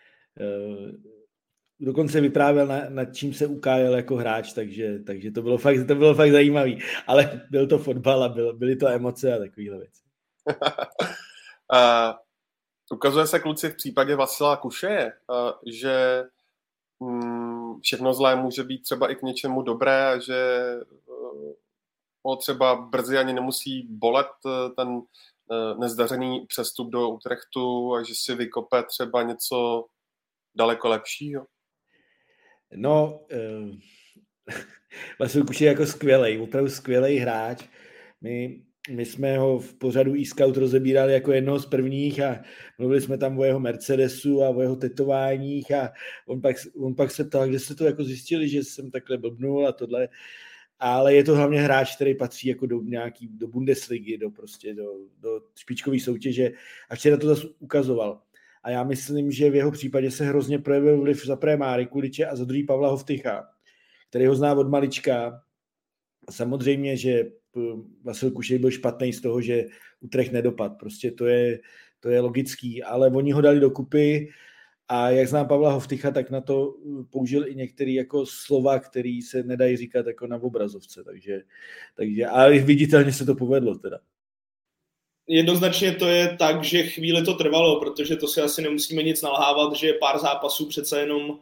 dokonce vyprávěl, na, nad čím se ukájel jako hráč, takže, takže to bylo fakt, to bylo fakt zajímavý. Ale byl to fotbal a byl, byly to emoce a takovýhle věci.
uh, ukazuje se, kluci, v případě Vasila Kušeje, uh, že um, všechno zlé může být třeba i k něčemu dobré a že uh, ho třeba brzy ani nemusí bolet uh, ten uh, nezdařený přestup do Utrechtu a že si vykope třeba něco daleko lepšího?
No, uh, Vasil Kušej je jako skvělej, opravdu skvělej hráč. My, my jsme ho v pořadu e-scout rozebírali jako jednoho z prvních a mluvili jsme tam o jeho Mercedesu a o jeho tetováních a on pak, on pak se ptal, kde jste to jako zjistili, že jsem takhle blbnul a tohle. Ale je to hlavně hráč, který patří jako do nějaký, do Bundesligy, do prostě do, do špičkové soutěže a včera to zase ukazoval. A já myslím, že v jeho případě se hrozně projevil vliv za prvé Máry Kuliče a za druhý Pavla Hovtycha, který ho zná od malička. Samozřejmě, že Vasil Kušej byl špatný z toho, že Utrecht nedopad. Prostě to je, to je logický, ale oni ho dali dokupy a jak znám Pavla Hovtycha, tak na to použil i některý jako slova, který se nedají říkat jako na obrazovce. Takže, takže a viditelně se to povedlo teda.
Jednoznačně to je tak, že chvíli to trvalo, protože to si asi nemusíme nic nalhávat, že pár zápasů přece jenom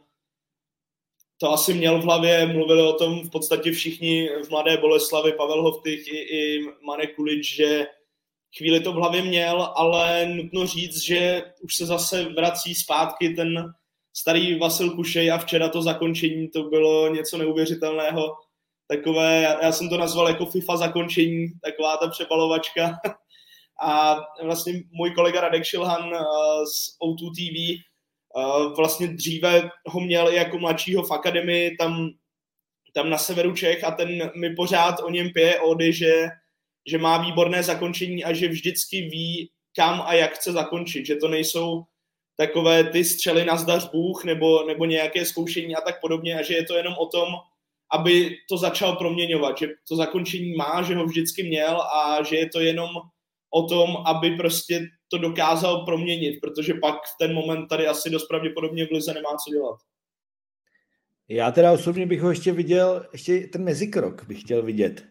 to asi měl v hlavě, mluvili o tom v podstatě všichni v Mladé Boleslavi, Pavel Hovtych i, i Marek Kulič, že chvíli to v hlavě měl, ale nutno říct, že už se zase vrací zpátky ten starý Vasil Kušej a včera to zakončení, to bylo něco neuvěřitelného, takové, já jsem to nazval jako FIFA zakončení, taková ta přebalovačka. A vlastně můj kolega Radek Šilhan z O dva T V vlastně dříve ho měl i jako mladšího v akademii tam, tam na severu Čech a ten mi pořád o něm pije ódy, že, že má výborné zakončení a že vždycky ví, kam a jak chce zakončit, že to nejsou takové ty střely na zdař Bůh nebo, nebo nějaké zkoušení a tak podobně a že je to jenom o tom, aby to začal proměňovat, že to zakončení má, že ho vždycky měl a že je to jenom o tom, aby prostě to dokázal proměnit, protože pak v ten moment tady asi dost pravděpodobně v lize nemá co dělat.
Já teda osobně bych ho ještě viděl, ještě ten mezikrok bych chtěl vidět.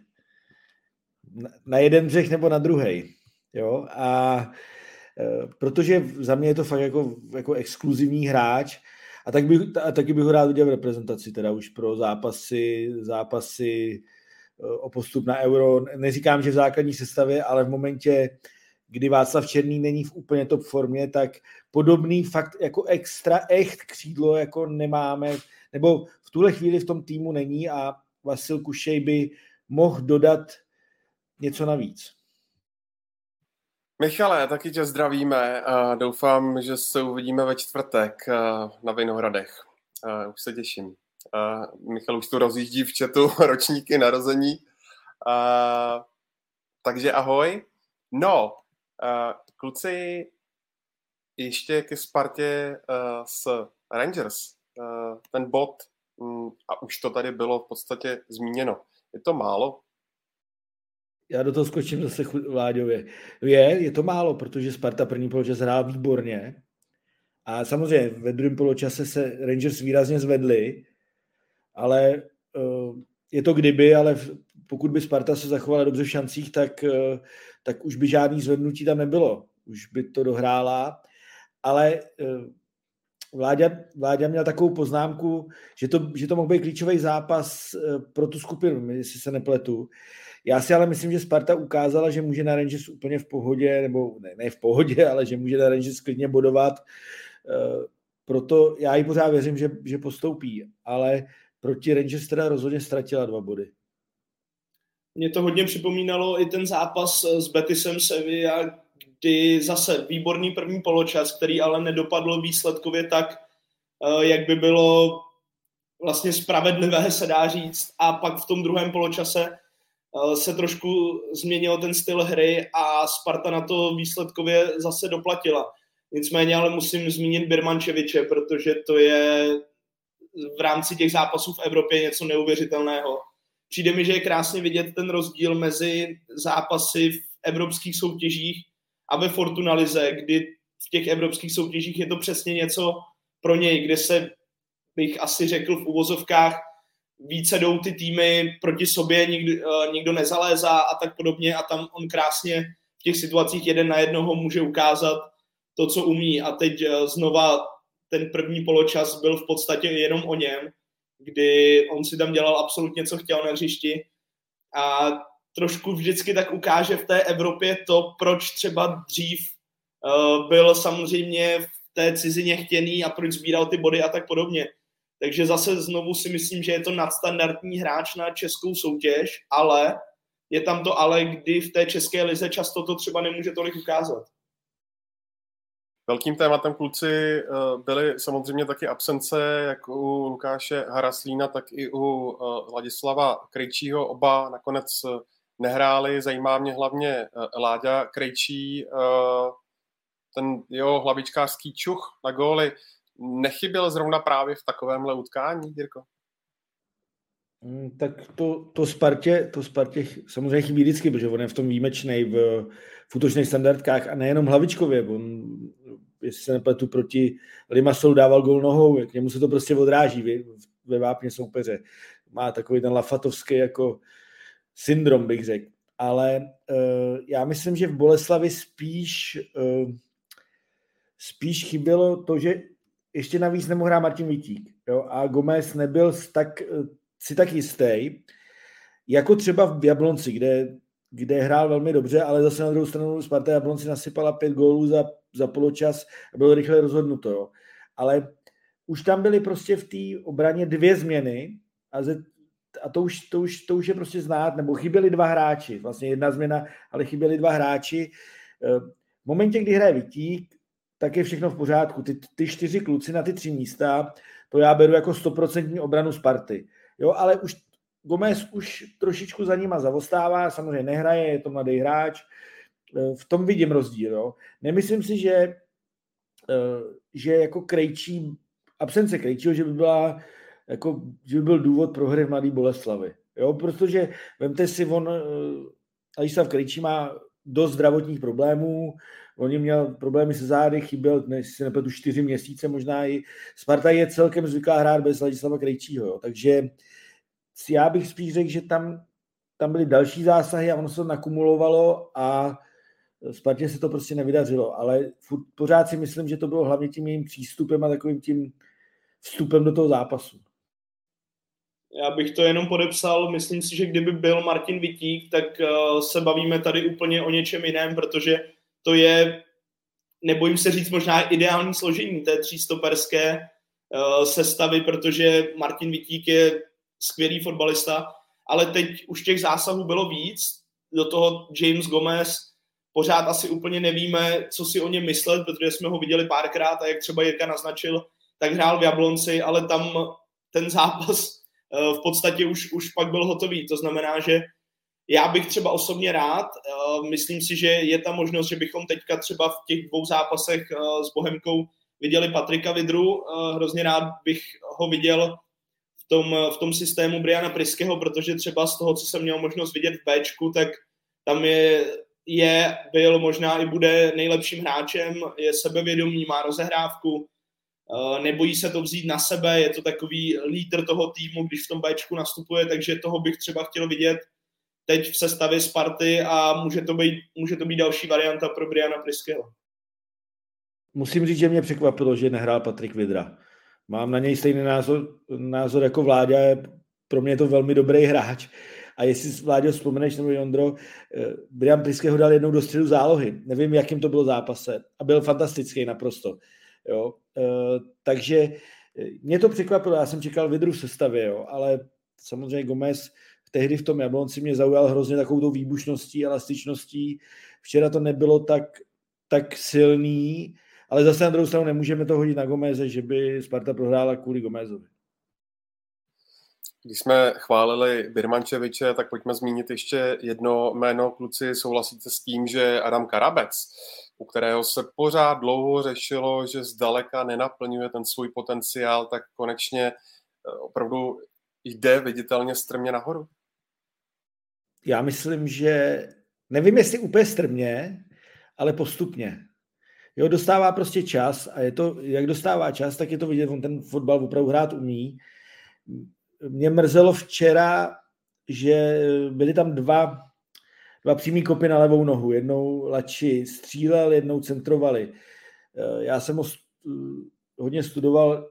Na jeden břeh nebo na druhej. Jo? A e, protože za mě je to fakt jako, jako exkluzivní hráč a, tak bych, a taky bych ho rád viděl v reprezentaci, teda už pro zápasy, zápasy o postup na Euro. Neříkám, že v základní sestavě, ale v momentě, kdy Václav Černý není v úplně top formě, tak podobný fakt jako extra echt křídlo jako nemáme, nebo v tuhle chvíli v tom týmu není a Vasil Kušej by mohl dodat něco navíc.
Michale, taky tě zdravíme a doufám, že se uvidíme ve čtvrtek na Vinohradech. Už se těším. Michal už tu rozjíždí v chatu ročníky narození. Takže ahoj. No, kluci, ještě ke Spartě s Rangers. Ten bod, a už to tady bylo v podstatě zmíněno. Je to málo?
Já do toho skočím zase Vláďově. Je, je to málo, protože Sparta první poločas hrál výborně. A samozřejmě ve druhém poločase se Rangers výrazně zvedli, ale uh, je to kdyby, ale pokud by Sparta se zachovala dobře v šancích, tak, uh, tak už by žádný zvednutí tam nebylo. Už by to dohrála. Ale uh, Vláďa, Vláďa měl takovou poznámku, že to, že to mohl být klíčový zápas uh, pro tu skupinu, jestli se nepletu. Já si ale myslím, že Sparta ukázala, že může na Rangers úplně v pohodě, nebo ne, ne v pohodě, ale že může na Rangers klidně bodovat. Uh, proto já jí pořád věřím, že, že postoupí, ale proti Rangers teda rozhodně ztratila dva body.
Mně to hodně připomínalo i ten zápas s Betisem Sevilla, kdy zase výborný první poločas, který ale nedopadl výsledkově tak, jak by bylo vlastně spravedlivé, se dá říct. A pak v tom druhém poločase se trošku změnil ten styl hry a Sparta na to výsledkově zase doplatila. Nicméně ale musím zmínit Birmančeviče, protože to je v rámci těch zápasů v Evropě něco neuvěřitelného. Přijde mi, že je krásně vidět ten rozdíl mezi zápasy v evropských soutěžích a ve Fortuna lize, kdy v těch evropských soutěžích je to přesně něco pro něj, kde se, bych asi řekl v uvozovkách, více jdou ty týmy proti sobě, nikdo, nikdo nezalézá a tak podobně a tam on krásně v těch situacích jeden na jednoho může ukázat to, co umí. A teď znova ten první poločas byl v podstatě jenom o něm, kdy on si tam dělal absolutně, co chtěl na hřišti a trošku vždycky tak ukáže v té Evropě to, proč třeba dřív uh, byl samozřejmě v té cizině chtěný a proč sbíral ty body a tak podobně. Takže zase znovu si myslím, že je to nadstandardní hráč na českou soutěž, ale je tam to ale, kdy v té české lize často to třeba nemůže tolik ukázat.
Velkým tématem, kluci, byly samozřejmě taky absence, jak u Lukáše Haraslína, tak i u Ladislava Krejčího. Oba nakonec nehráli. Zajímá mě hlavně Láďa Krejčí, ten jeho hlavičkářský čuch na góly. Nechyběl zrovna právě v takovémhle utkání, Jirko?
Tak to, to, Spartě, to Spartě samozřejmě chybí vždycky, protože on je v tom výjimečnej v, v útočných standardkách a nejenom hlavičkově. On, jestli se nepletu, proti Limasolu dával gól nohou, k němu se to prostě odráží ve vápně soupeře. Má takový ten lafatovský jako syndrom, bych řekl. Ale uh, já myslím, že v Boleslavi spíš, uh, spíš chybělo to, že ještě navíc nemohl hrát Martin Vítík. Jo? A Gomez nebyl tak, si tak jistý, jako třeba v Jablonci, kde, kde hrál velmi dobře, ale zase na druhou stranu Sparta Jablonci nasypala pět gólů za, za poločas a bylo rychle rozhodnuto. Jo? Ale už tam byly prostě v té obraně dvě změny a, ze, a to, už, to, už, to už je prostě znát, nebo chyběli dva hráči, vlastně jedna změna, ale chyběli dva hráči. V momentě, kdy hraje Vítík, tak je všechno v pořádku. Ty, ty čtyři kluci na ty tři místa, to já beru jako stoprocentní obranu Sparty. Jo, ale už Gomez už trošičku za nima zavostává, samozřejmě nehraje, je to mladý hráč, v tom vidím rozdíl. Jo. Nemyslím si, že, že jako Krejčí, absence Krejčího, že by byla jako, že by byl důvod pro hry v Mladý Boleslavi. Jo, protože vemte si, on Ladislav Krejčí má dost zdravotních problémů, on měl problémy se zády, chyběl, než si nepletu, čtyři měsíce možná i. Sparta je celkem zvyklá hrát bez Ladislava Krejčího, jo. Takže já bych spíš řekl, že tam, tam byly další zásahy a ono se to nakumulovalo a Spartě se to prostě nevydařilo, ale pořád si myslím, že to bylo hlavně tím jejím přístupem a takovým tím vstupem do toho zápasu.
Já bych to jenom podepsal, myslím si, že kdyby byl Martin Vítík, tak uh, se bavíme tady úplně o něčem jiném, protože to je, nebojím se říct, možná ideální složení té třístoperské uh, sestavy, protože Martin Vítík je skvělý fotbalista, ale teď už těch zásahů bylo víc, do toho James Gomez, pořád asi úplně nevíme, co si o něm myslet, protože jsme ho viděli párkrát a jak třeba Jirka naznačil, tak hrál v Jablonci, ale tam ten zápas v podstatě už, už pak byl hotový. To znamená, že já bych třeba osobně rád, myslím si, že je ta možnost, že bychom teďka třeba v těch dvou zápasech s Bohemkou viděli Patrika Vydru. Hrozně rád bych ho viděl v tom, v tom systému Briana Priského, protože třeba z toho, co jsem měl možnost vidět v Bčku, tak tam je, je byl, možná i bude nejlepším hráčem, je sebevědomý, má rozehrávku, nebojí se to vzít na sebe, je to takový lídr toho týmu, když v tom Bčku nastupuje, takže toho bych třeba chtěl vidět teď v sestavě Sparty a může to být, může to být další varianta pro Briana Priského.
Musím říct, že mě překvapilo, že nehrál Patrik Vydra. Mám na něj stejný názor, názor jako Vláďa, pro mě je to velmi dobrý hráč. A jestli, Vláďo, vzpomeneš, nebo Jondro, Brian Priského dal jednou do středu zálohy. Nevím, jakým to bylo zápase. A byl fantastický naprosto. Jo? E, takže mě to překvapilo. Já jsem čekal Vydru v sestavě, jo? Ale samozřejmě Gomez tehdy v tom Jablonci mě zaujal hrozně takovou tou výbušností, elastičností. Včera to nebylo tak, tak silný, ale zase na druhou stranu nemůžeme to hodit na Gomeze, že by Sparta prohrála kvůli Gomezovi.
Když jsme chválili Birmančeviče, tak pojďme zmínit ještě jedno jméno. Kluci, souhlasíte s tím, že Adam Karabec, u kterého se pořád dlouho řešilo, že zdaleka nenaplňuje ten svůj potenciál, tak konečně opravdu jde viditelně strmě nahoru?
Já myslím, že nevím, jestli úplně strmě, ale postupně. Jo, dostává prostě čas a je to, jak dostává čas, tak je to vidět, on ten fotbal opravdu hrát umí. Mě mrzelo včera, že byly tam dva, dva přímý kopy na levou nohu. Jednou Lači střílel, jednou centrovali. Já jsem ho hodně studoval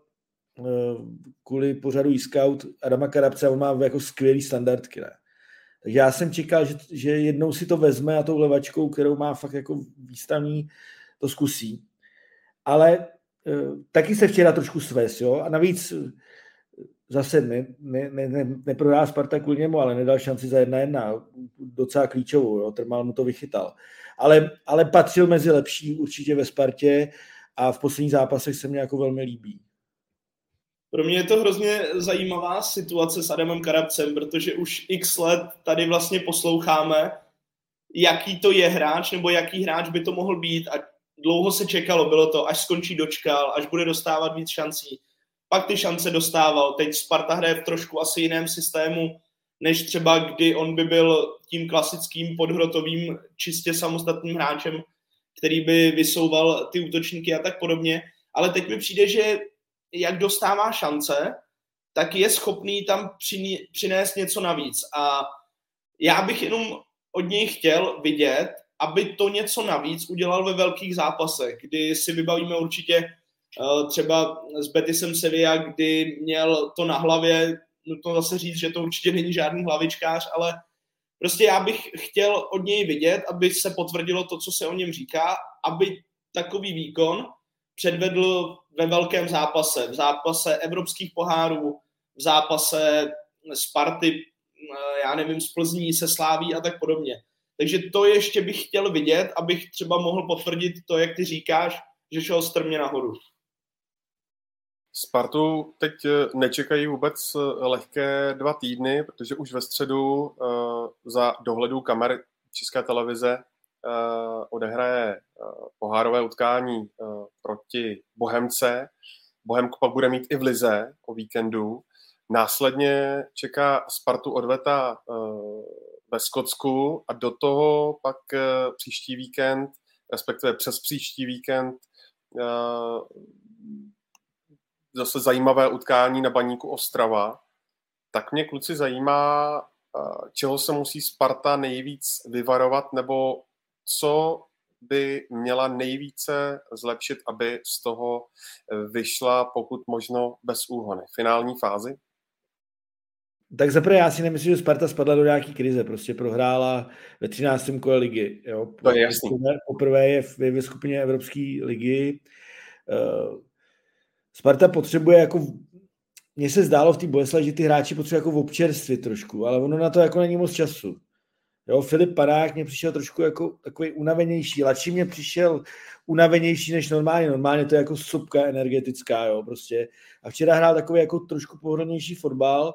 kvůli pořadu e-scout Adama Karabce, on má jako skvělý standardky. Ne? Takže já jsem čekal, že, že jednou si to vezme a tou levačkou, kterou má fakt jako výstavní, to zkusí. Ale e, taky se včera trošku svez, jo? A navíc zase ne, ne, ne, ne, neprohrál Sparta kvůli němu, ale nedal šanci za jedna jedna, docela klíčovou, jo? Trmal mu to vychytal. Ale, ale patřil mezi lepší určitě ve Spartě a v posledních zápasech se mě jako velmi líbí.
Pro mě je to hrozně zajímavá situace s Adamem Karabcem, protože už x let tady vlastně posloucháme, jaký to je hráč, nebo jaký hráč by to mohl být a dlouho se čekalo, bylo to, až skončí dočkal, až bude dostávat víc šancí. Pak ty šance dostával, teď Sparta hraje v trošku asi jiném systému, než třeba kdy on by byl tím klasickým podhrotovým, čistě samostatným hráčem, který by vysouval ty útočníky a tak podobně. Ale teď mi přijde, že jak dostává šance, tak je schopný tam přinést něco navíc. A já bych jenom od něj chtěl vidět, aby to něco navíc udělal ve velkých zápasech, kdy si vybavíme určitě třeba s Betisem Sevilla, kdy měl to na hlavě, nutno zase říct, že to určitě není žádný hlavičkář, ale prostě já bych chtěl od něj vidět, aby se potvrdilo to, co se o něm říká, aby takový výkon předvedl ve velkém zápase, v zápase evropských pohárů, v zápase Sparty, já nevím, z Plzní, se Sláví a tak podobně. Takže to ještě bych chtěl vidět, abych třeba mohl potvrdit to, jak ty říkáš, že šel strmě nahoru.
Spartu teď nečekají vůbec lehké dva týdny, protože už ve středu uh, za dohledu kamer České televize uh, odehraje uh, pohárové utkání uh, proti Bohemce. Bohemku pak bude mít i v lize o víkendu. Následně čeká Spartu odveta uh, ve Skotsku a do toho pak uh, příští víkend, respektive přes příští víkend uh, zase zajímavé utkání na Baníku Ostrava. Tak mě, kluci, zajímá, uh, čeho se musí Sparta nejvíc vyvarovat, nebo co by měla nejvíce zlepšit, aby z toho vyšla pokud možno bez úhony. Finální fázi?
Tak zaprvé já si nemyslím, že Sparta spadla do nějaký krize. Prostě prohrála ve třináctém kole ligy. Jo.
To je jasný.
Poprvé je v, ve skupině Evropské ligy. Uh, Sparta potřebuje jako... Mně se zdálo v té Boleslavi, že ty hráči potřebují jako občerstvit trošku, ale ono na to jako není moc času. Jo, Filip Panák mě přišel trošku jako takový unavenější. Lači mě přišel unavenější než normálně. Normálně to je jako supka energetická, jo, prostě. A včera hrál takový jako trošku pohodlnější fotbal.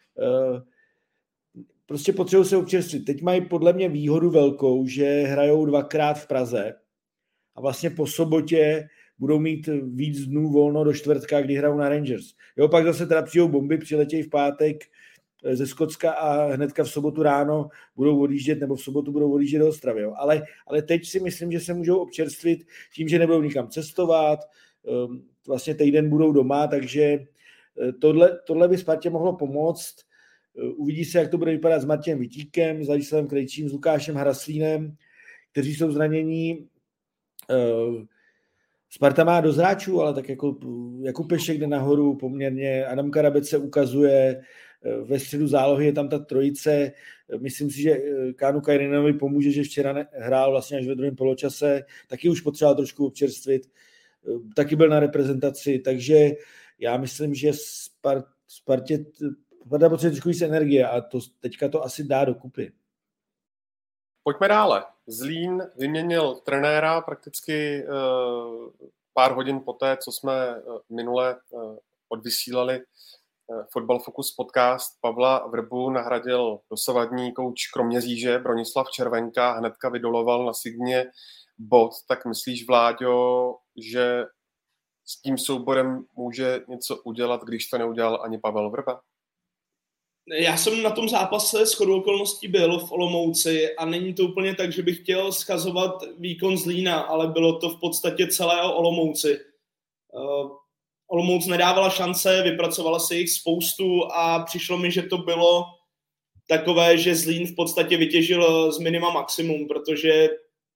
Prostě potřebují se občerstvit. Teď mají podle mě výhodu velkou, že hrajou dvakrát v Praze a vlastně po sobotě budou mít víc dnů volno do čtvrtka, kdy hrajou na Rangers. Jo, pak zase teda přijou bomby, přiletějí v pátek ze Skotska a hnedka v sobotu ráno budou odjíždět, nebo v sobotu budou odjíždět do Ostravy. Jo. Ale, ale teď si myslím, že se můžou občerstvit tím, že nebudou nikam cestovat, vlastně týden budou doma, takže tohle, tohle by Spartě mohlo pomoct. Uvidí se, jak to bude vypadat s Martinem Vitíkem, s Ladislavem Krejčím, s Lukášem Hraslínem, kteří jsou zranění. Sparta má dost hráčů, ale tak jako Jakub Pešek jde nahoru poměrně, Adam Karabec se ukazuje, ve středu zálohy je tam ta trojice, myslím si, že Kánu Kajrinovi pomůže, že včera hrál vlastně až ve druhém poločase, taky už potřeboval trošku občerstvit, taky byl na reprezentaci, takže já myslím, že Spart, Spartě Sparta potřebuje trošku víc energie a to, teďka to asi dá dokupy.
Pojďme dále. Zlín vyměnil trenéra prakticky uh, pár hodin poté, co jsme uh, minule uh, odvysílali uh, Fotbal Focus podcast. Pavla Vrbu nahradil dosavadní kouč Kroměříže Bronislav Červenka, hnedka vydoloval na Signě bod. Tak myslíš, Vláďo, že s tím souborem může něco udělat, když to neudělal ani Pavel Vrba?
Já jsem na tom zápase shodou okolností byl v Olomouci a není to úplně tak, že bych chtěl schazovat výkon Zlína, ale bylo to v podstatě celé o Olomouci. Uh, Olomouc nedávala šance, vypracovala si jich spoustu a přišlo mi, že to bylo takové, že Zlín v podstatě vytěžil z minima maximum, protože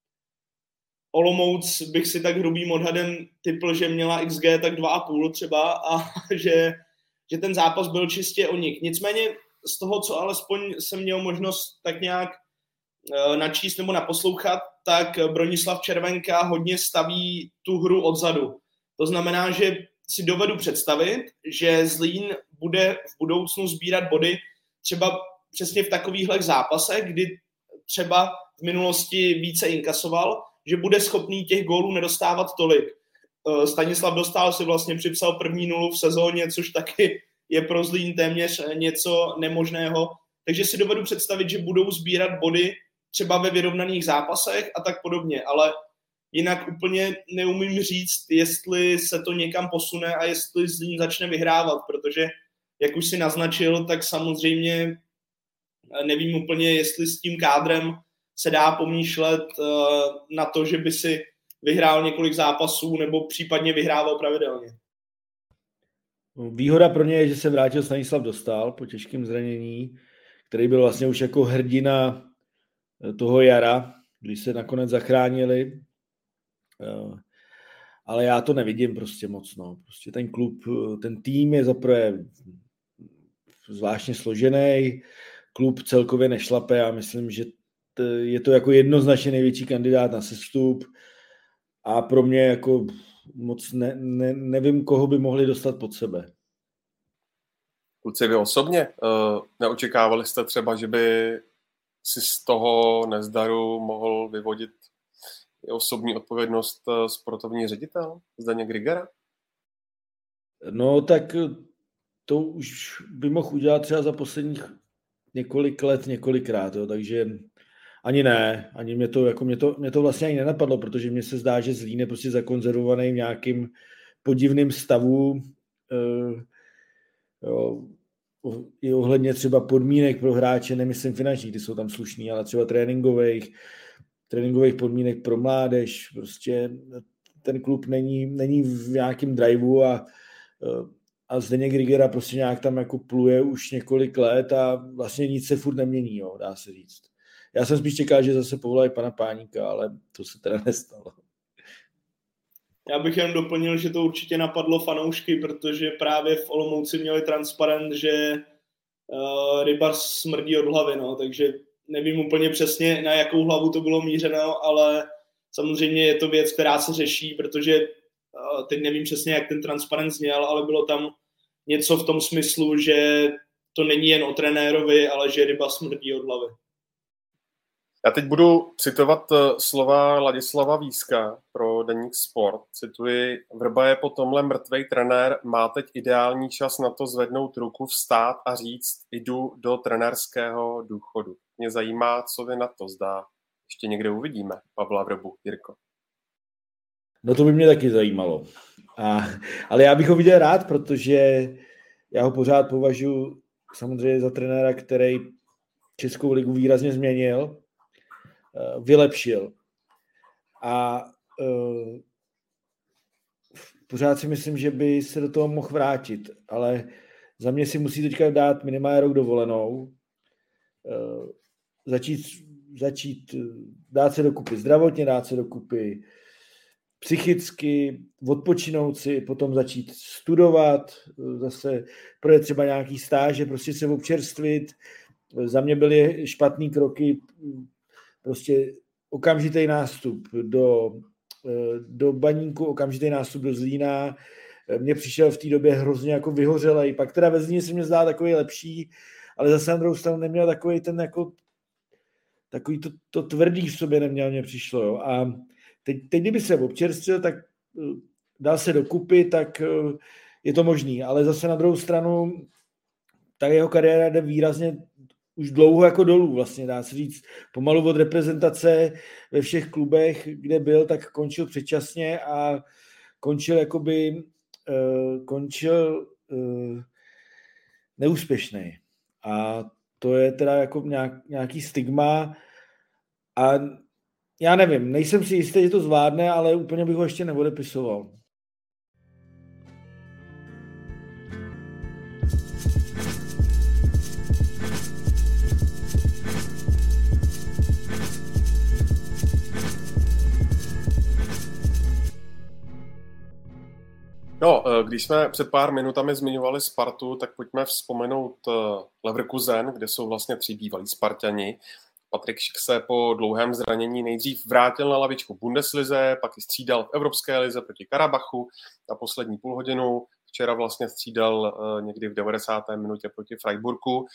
Olomouc bych si tak hrubým odhadem typl, že měla X G tak dva a půl třeba a že že ten zápas byl čistě o nich. Nicméně z toho, co alespoň jsem měl možnost tak nějak e, načíst nebo naposlouchat, tak Bronislav Červenka hodně staví tu hru odzadu. To znamená, že si dovedu představit, že Zlín bude v budoucnu sbírat body třeba přesně v takovýchhle zápasech, kdy třeba v minulosti více inkasoval, že bude schopný těch gólů nedostávat tolik. Stanislav Dostál si vlastně připsal první nulu v sezóně, což taky je pro Zlín téměř něco nemožného. Takže si dovedu představit, že budou sbírat body třeba ve vyrovnaných zápasech a tak podobně, ale jinak úplně neumím říct, jestli se to někam posune a jestli Zlín začne vyhrávat, protože jak už si naznačil, tak samozřejmě nevím úplně, jestli s tím kádrem se dá pomýšlet na to, že by si vyhrál několik zápasů nebo případně vyhrával pravidelně.
Výhoda pro ně je, že se vrátil Stanislav Dostál po těžkém zranění, který byl vlastně už jako hrdina toho jara, když se nakonec zachránili. Ale já to nevidím prostě moc. No. Prostě ten klub, ten tým je zaprvé zvláštně složený, klub celkově nešlape. Já myslím, že je to jako jednoznačně největší kandidát na sestup. A pro mě jako moc ne, ne, nevím, koho by mohli dostat pod sebe.
Kluci, vy osobně uh, neočekávali jste třeba, že by si z toho nezdaru mohl vyvodit i osobní odpovědnost uh, sportovní ředitel Zdeněk Grigera?
No tak to už by mohl udělat třeba za posledních několik let, několikrát, jo, takže ani ne, ani mě to, jako mě to, mě to vlastně ani nenapadlo, protože mně se zdá, že Zlín je prostě zakonzervovaný v nějakým podivným stavu, uh, jo, i ohledně třeba podmínek pro hráče, nemyslím finančních, ty jsou tam slušný, ale třeba tréninkových, tréninkových podmínek pro mládež, prostě ten klub není, není v nějakém driveu a, a Zdeněk Grigera prostě nějak tam jako pluje už několik let a vlastně nic se furt nemění, jo, dá se říct. Já jsem spíš čekal, že zase povolají pana Páníka, ale to se teda nestalo.
Já bych jen doplnil, že to určitě napadlo fanoušky, protože právě v Olomouci měli transparent, že uh, Rybar smrdí od hlavy, no, takže nevím úplně přesně, na jakou hlavu to bylo mířeno, ale samozřejmě je to věc, která se řeší, protože uh, teď nevím přesně, jak ten transparent zněl, ale bylo tam něco v tom smyslu, že to není jen o trenérovi, ale že Ryba smrdí od hlavy.
Já teď budu citovat slova Ladislava Víska pro deník Sport. Cituji, Vrba je po tomhle mrtvej trenér, má teď ideální čas na to zvednout ruku, vstát a říct, jdu do trenérského důchodu. Mě zajímá, co vy na to zdá. Ještě někde uvidíme Pavla Vrbu, Jirko.
No to by mě taky zajímalo. A, ale já bych ho viděl rád, protože já ho pořád považuji samozřejmě za trenéra, který Českou ligu výrazně změnil, vylepšil. A uh, pořád si myslím, že by se do toho mohl vrátit, ale za mě si musí teďka dát minimálně rok dovolenou, uh, začít, začít dát se dokupy zdravotně, dát se dokupy psychicky, odpočinout si, potom začít studovat, zase projet třeba nějaký stáže, prostě se občerstvit. Za mě byly špatný kroky, prostě okamžitý nástup do, do Baníku, okamžitý nástup do Zlína. Mně přišel v té době hrozně jako vyhořelej. Pak teda ve Zlíně se mě zdá takový lepší, ale zase na druhou stranu neměl takový ten jako takový to, to tvrdý v sobě neměl, mě přišlo. Jo. A teď, teď, kdyby se občerstvil, tak dal se dokupy, tak je to možný. Ale zase na druhou stranu ta jeho kariéra jde výrazně už dlouho jako dolů, vlastně dá se říct, pomalu od reprezentace ve všech klubech, kde byl, tak končil předčasně a končil jakoby uh, končil uh, neúspěšný. A to je teda jako nějak, nějaký stigma a já nevím, nejsem si jistý, že to zvládne, ale úplně bych ho ještě neodepisoval.
No, když jsme před pár minutami zmiňovali Spartu, tak pojďme vzpomenout Leverkusen, kde jsou vlastně tři bývalí Spartani. Patrik Schick se po dlouhém zranění nejdřív vrátil na lavičku Bundeslize, pak ji střídal v Evropské lize proti Karabachu na poslední půl hodinu. Včera vlastně střídal někdy v devadesáté minutě proti Freiburgu.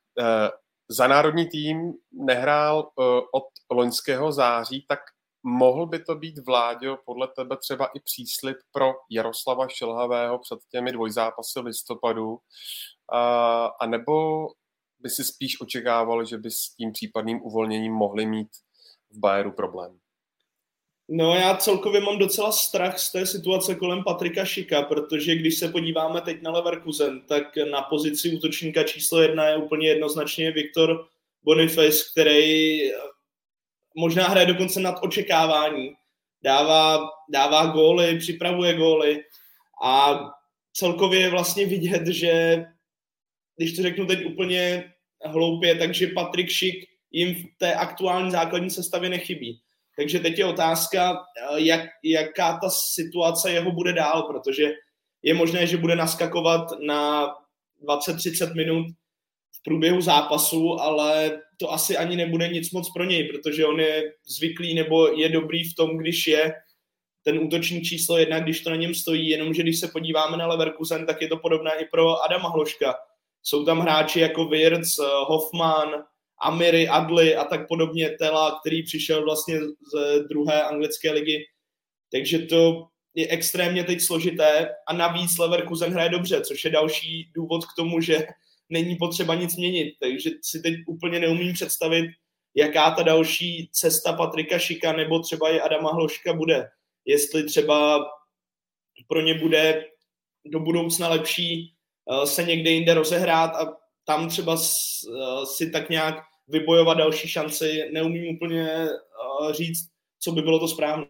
Za národní tým nehrál od loňského září, tak mohl by to být, Vláďo, podle tebe třeba i příslib pro Jaroslava Šilhavého před těmi dvojzápasy listopadu? A, a nebo by si spíš očekával, že by s tím případným uvolněním mohli mít v Bayeru problém?
No já celkově mám docela strach z té situace kolem Patrika Schicka, protože když se podíváme teď na Leverkusen, tak na pozici útočníka číslo jedna je úplně jednoznačně Viktor Boniface, který možná hraje dokonce nad očekávání. Dává, dává góly, připravuje góly a celkově je vlastně vidět, že když to řeknu teď úplně hloupě, takže Patrik Schick jim v té aktuální základní sestavě nechybí. Takže teď je otázka, jak, jaká ta situace jeho bude dál, protože je možné, že bude naskakovat na dvacet třicet minut v průběhu zápasu, ale to asi ani nebude nic moc pro něj, protože on je zvyklý nebo je dobrý v tom, když je ten útočník číslo jedna, když to na něm stojí, jenomže když se podíváme na Leverkusen, tak je to podobné i pro Adama Hloška. Jsou tam hráči jako Wirtz, Hoffman, Amiry, Adli a tak podobně, Tela, který přišel vlastně z druhé anglické ligy. Takže to je extrémně teď složité a navíc Leverkusen hraje dobře, což je další důvod k tomu, že není potřeba nic měnit. Takže si teď úplně neumím představit, jaká ta další cesta Patrika Schicka nebo třeba i Adama Hloška bude. Jestli třeba pro ně bude do budoucna lepší se někde jinde rozehrát a tam třeba si tak nějak vybojovat další šanci. Neumím úplně říct, co by bylo to správné.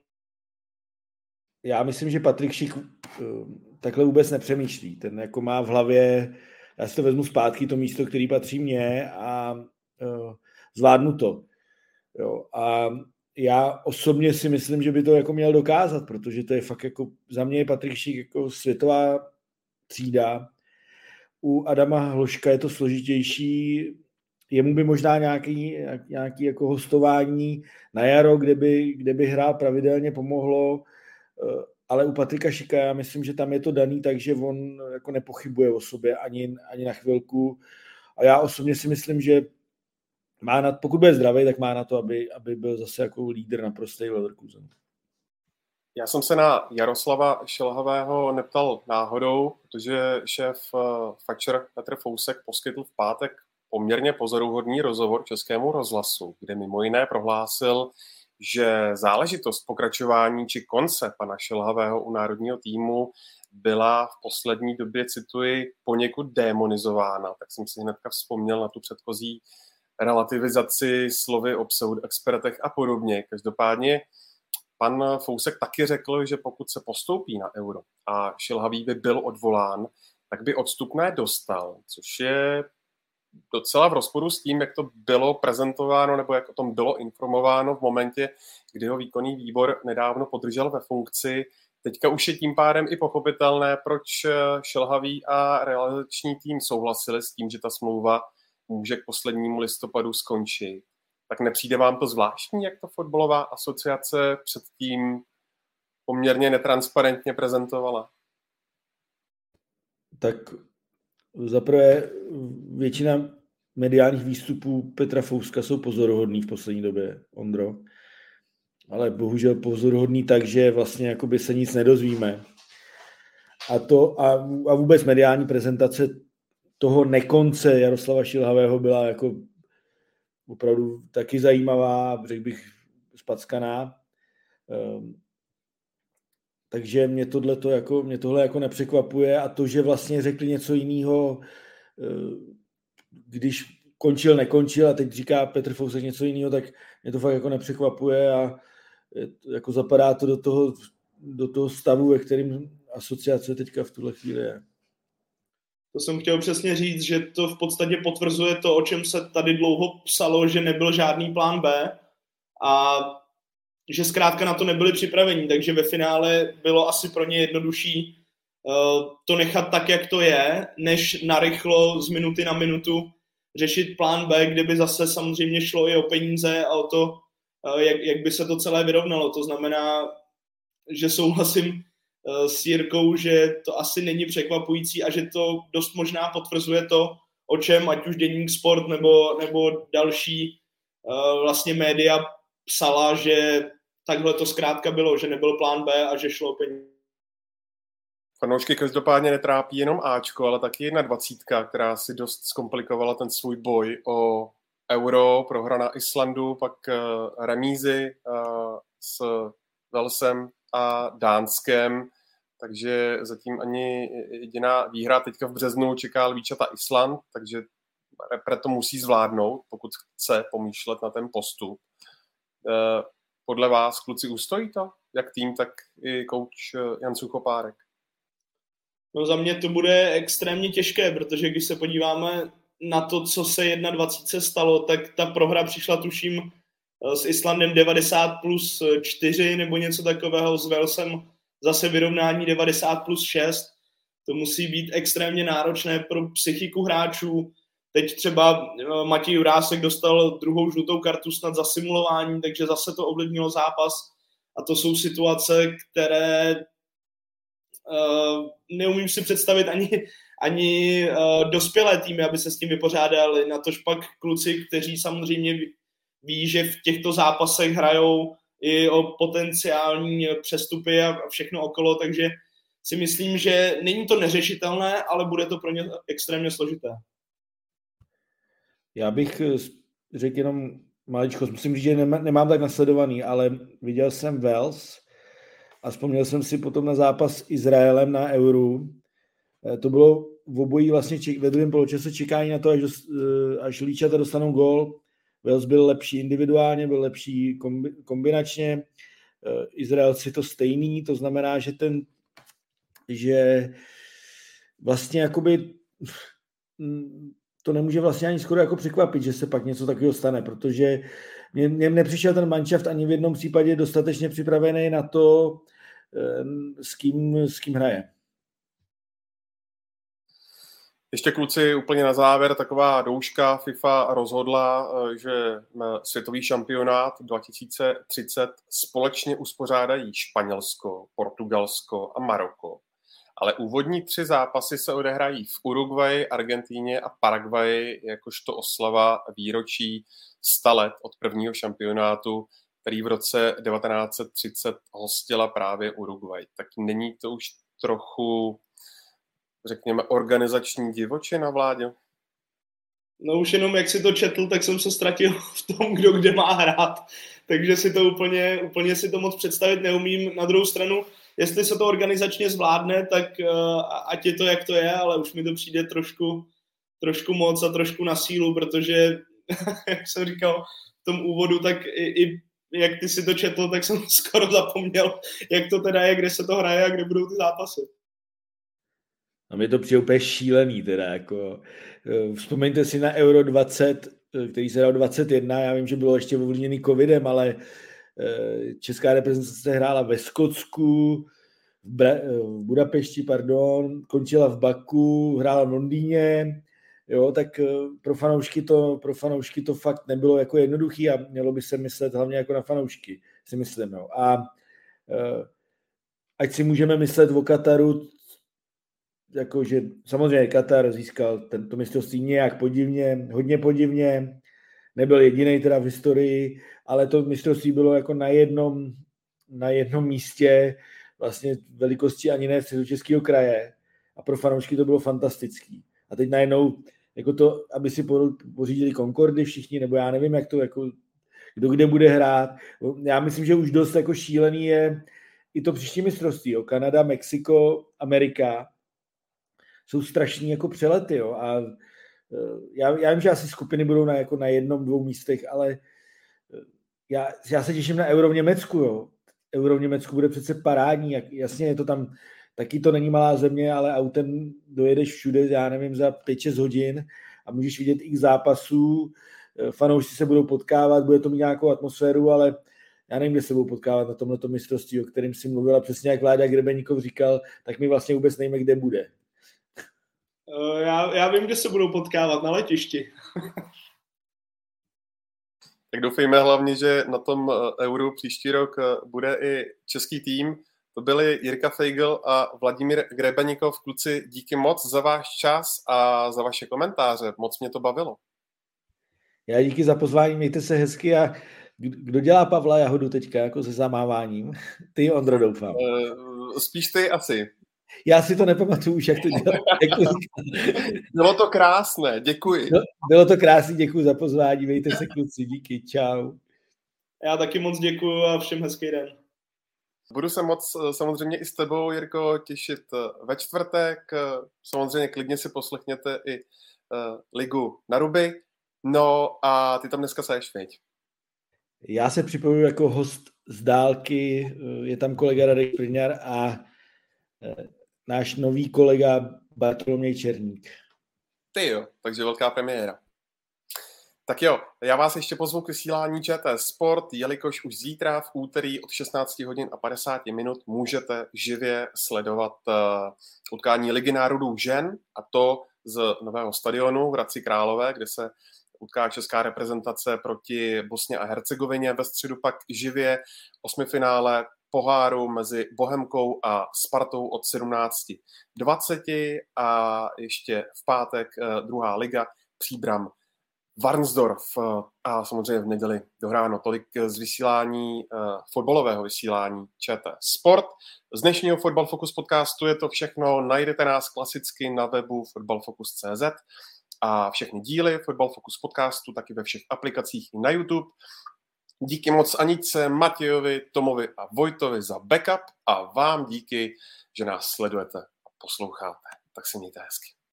Já myslím, že Patrik Schick takhle vůbec nepřemýšlí. Ten jako má v hlavě, já si to vezmu zpátky, to místo, který patří mně a uh, zvládnu to. Jo. A já osobně si myslím, že by to jako měl dokázat, protože to je fakt jako, za mě je Patrik Schick jako světová třída. U Adama Hloška je to složitější, jemu by možná nějaký, nějaký jako hostování na jaro, kde by, kde by hrál pravidelně pomohlo, ale u Patrika Schicka já myslím, že tam je to daný, takže on jako nepochybuje o sobě ani, ani na chvilku. A já osobně si myslím, že má na, pokud bude zdravý, tak má na to, aby, aby byl zase jako lídr na prostý Leverkusen.
Já jsem se na Jaroslava Šilhavého neptal náhodou, protože šéf Fatcher Petr Fousek poskytl v pátek poměrně pozoruhodný rozhovor Českému rozhlasu, kde mimo jiné prohlásil, že záležitost pokračování či konce pana Šilhavého u národního týmu byla v poslední době, cituji, poněkud démonizována. Tak jsem si hnedka vzpomněl na tu předchozí relativizaci slovy o pseudoexpertech a podobně. Každopádně pan Fousek taky řekl, že pokud se postoupí na Euro a Šilhavý by byl odvolán, tak by odstupné dostal, což je docela v rozporu s tím, jak to bylo prezentováno nebo jak o tom bylo informováno v momentě, kdy ho výkonný výbor nedávno podržel ve funkci. Teďka už je tím pádem i pochopitelné, proč Šilhavý a realizační tým souhlasili s tím, že ta smlouva může k poslednímu listopadu skončit. Tak nepřijde vám to zvláštní, jak to fotbalová asociace předtím poměrně netransparentně prezentovala?
Tak zaprvé většina mediálních výstupů Petra Fouska jsou pozoruhodný v poslední době, Ondro. Ale bohužel pozoruhodný tak, že vlastně jakoby se nic nedozvíme. A, to, a, a vůbec mediální prezentace toho nekonce Jaroslava Šilhavého byla jako opravdu taky zajímavá, řekl bych spackaná. Um, takže mě tohle to jako, mě tohle jako nepřekvapuje a to, že vlastně řekli něco jiného, když končil, nekončil a teď říká Petr Fousek něco jiného, tak mě to fakt jako nepřekvapuje a jako zapadá to do toho, do toho stavu, ve kterém asociace teďka v tuhle chvíli je.
To jsem chtěl přesně říct, že to v podstatě potvrzuje to, o čem se tady dlouho psalo, že nebyl žádný plán B a že zkrátka na to nebyli připraveni, takže ve finále bylo asi pro ně jednodušší uh, to nechat tak, jak to je, než narychlo z minuty na minutu řešit plán B, kde by zase samozřejmě šlo i o peníze a o to, uh, jak, jak by se to celé vyrovnalo. To znamená, že souhlasím uh, s Jirkou, že to asi není překvapující a že to dost možná potvrzuje to, o čem ať už Deník Sport nebo, nebo další uh, vlastně média psala, že takhle to zkrátka bylo, že nebyl plán B a že šlo o peníze.
Fanoušky každopádně netrápí jenom Ačko, ale taky jedna dvacítka, která si dost zkomplikovala ten svůj boj o Euro, prohra na Islandu, pak uh, remízy uh, s Walesem a Dánskem, takže zatím ani jediná výhra. Teďka v březnu čeká lvíčata Island, takže repre to musí zvládnout, pokud chce pomýšlet na ten postup. Uh, Podle vás, kluci, ustojí to? Jak tým, tak i kouč Jan Suchopárek?
No za mě to bude extrémně těžké, protože když se podíváme na to, co se dvacet jedna stalo, tak ta prohra přišla tuším s Islandem devadesát plus čtyři nebo něco takového, s Walesem zase vyrovnání devadesát plus šest. To musí být extrémně náročné pro psychiku hráčů. Teď třeba Matěj Jurásek dostal druhou žlutou kartu snad za simulování, takže zase to ovlivnilo zápas. A to jsou situace, které uh, neumím si představit ani, ani uh, dospělé týmy, aby se s tím vypořádali. Natož pak kluci, kteří samozřejmě ví, že v těchto zápasech hrajou i o potenciální přestupy a všechno okolo, takže si myslím, že není to neřešitelné, ale bude to pro ně extrémně složité.
Já bych řekl jenom maličko, musím říct, že nemám tak nasledovaný, ale viděl jsem Wales a vzpomněl jsem si potom na zápas s Izraelem na Euru. To bylo v obojí vlastně ček, ve druhém poločase čekání na to, až, až líčata dostanou gól. Wales byl lepší individuálně, byl lepší kombinačně. Izraelci to stejný, to znamená, že ten, že vlastně jakoby to nemůže vlastně ani skoro jako překvapit, že se pak něco takového stane, protože mě, mě nepřišel ten manšaft ani v jednom případě dostatečně připravený na to, s kým, s kým hraje.
Ještě kluci, úplně na závěr, taková douška. FIFA rozhodla, že světový šampionát dva tisíce třicet společně uspořádají Španělsko, Portugalsko a Maroko. ale úvodní tři zápasy se odehrají v Uruguayi, Argentíně a Paraguayi, jakožto oslava výročí sta let od prvního šampionátu, který v roce devatenáct set třicet hostila právě Uruguay. Tak není to už trochu, řekněme, organizační divočina, Vláďo?
No už jenom jak si to četl, tak jsem se ztratil v tom, kdo kde má hrát. Takže si to úplně, úplně si to moc představit neumím. Na druhou stranu, jestli se to organizačně zvládne, tak uh, ať je to, jak to je, ale už mi to přijde trošku, trošku moc a trošku na sílu, protože, jak jsem říkal v tom úvodu, tak i, i jak ty si to četl, tak jsem skoro zapomněl, jak to teda je, kde se to hraje a kde budou ty zápasy.
A mě to přijde úplně šílený teda, jako vzpomeňte si na Euro dvacet, který se hrál dvacet jedna, já vím, že bylo ještě ovlivněný covidem, ale česká reprezentace hrála ve Skotsku, v, Bra- v Budapešti, pardon, končila v Baku, hrála v Londýně, jo, tak pro fanoušky to, pro fanoušky to fakt nebylo jako jednoduchý a mělo by se myslet hlavně jako na fanoušky, si myslím, jo. A ať si můžeme myslet o Kataru, jakože samozřejmě Katar získal tento mistrovství nějak podivně, hodně podivně, nebyl jediný teda v historii, ale to mistrovství bylo jako na jednom, na jednom místě, vlastně velikosti ani ne středočeského kraje a pro fanoušky to bylo fantastický. A teď najednou, jako to, aby si pořídili Concordy všichni, nebo já nevím, jak to, jako, kdo kde bude hrát. Já myslím, že už dost jako šílený je i to příští mistrovství, jo. Kanada, Mexiko, Amerika, jsou strašní jako přelety, jo. A já, já vím, že asi skupiny budou na, jako na jednom, dvou místech, ale já, já se těším na Euro v Německu, jo. Euro v Německu bude přece parádní, jak, jasně je to tam, taky to není malá země, ale autem dojedeš všude, já nevím, za pět šest hodin a můžeš vidět x zápasů, fanoušci se budou potkávat, bude to mít nějakou atmosféru, ale já nevím, kde se budou potkávat na tomhleto mistrovství, o kterém si mluvila, přesně jak Vláďa Grebeníkov říkal, tak my vlastně vůbec nevíme, kde bude.
Já, já vím, kde se budou potkávat, na letišti.
Tak doufejme hlavně, že na tom Euru příští rok bude i český tým. To byli Jirka Feigl a Vladimír Grebeníkov. Kluci, díky moc za váš čas a za vaše komentáře. Moc mě to bavilo.
Já díky za pozvání, mějte se hezky a kdo dělá Pavla Jahodu teďka jako se zamáváním? Ty, Ondro, doufám.
Spíš ty asi.
Já si to nepamatuju už, jak to dělá.
Bylo to krásné, děkuji.
Bylo to krásné, děkuji za pozvání, mějte se kluci, díky, čau.
Já taky moc děkuji a všem hezký den.
Budu se moc samozřejmě i s tebou, Jirko, těšit ve čtvrtek. Samozřejmě klidně si poslechněte i ligu na ruby. No a ty tam dneska seš, viď?
Já se připojuji jako host z dálky, je tam kolega Radek Pryňar a náš nový kolega Bartoloměj Černík.
Ty jo, takže velká premiéra. Tak jo, já vás ještě pozvu k vysílání Č T Sport, jelikož už zítra v úterý od šestnáct hodin a padesát minut můžete živě sledovat uh, utkání Ligy národů žen, a to z nového stadionu v Hradci Králové, kde se utká česká reprezentace proti Bosně a Hercegovině. Ve středu pak živě osmifinále poháru mezi Bohemkou a Spartou od sedmnáct dvacet a ještě v pátek uh, druhá liga Příbram Varnsdorf a samozřejmě v neděli dohráno. Tolik z vysílání, uh, fotbalového vysílání Č T Sport. Z dnešního Fotbal Focus podcastu je to všechno. Najdete nás klasicky na webu fotbal focus tečka cé zet a všechny díly Fotbal Focus podcastu taky ve všech aplikacích i na YouTube. Díky moc Aničce, Matějovi, Tomovi a Vojtovi za backup a vám díky, že nás sledujete a posloucháte. Tak se mějte hezky.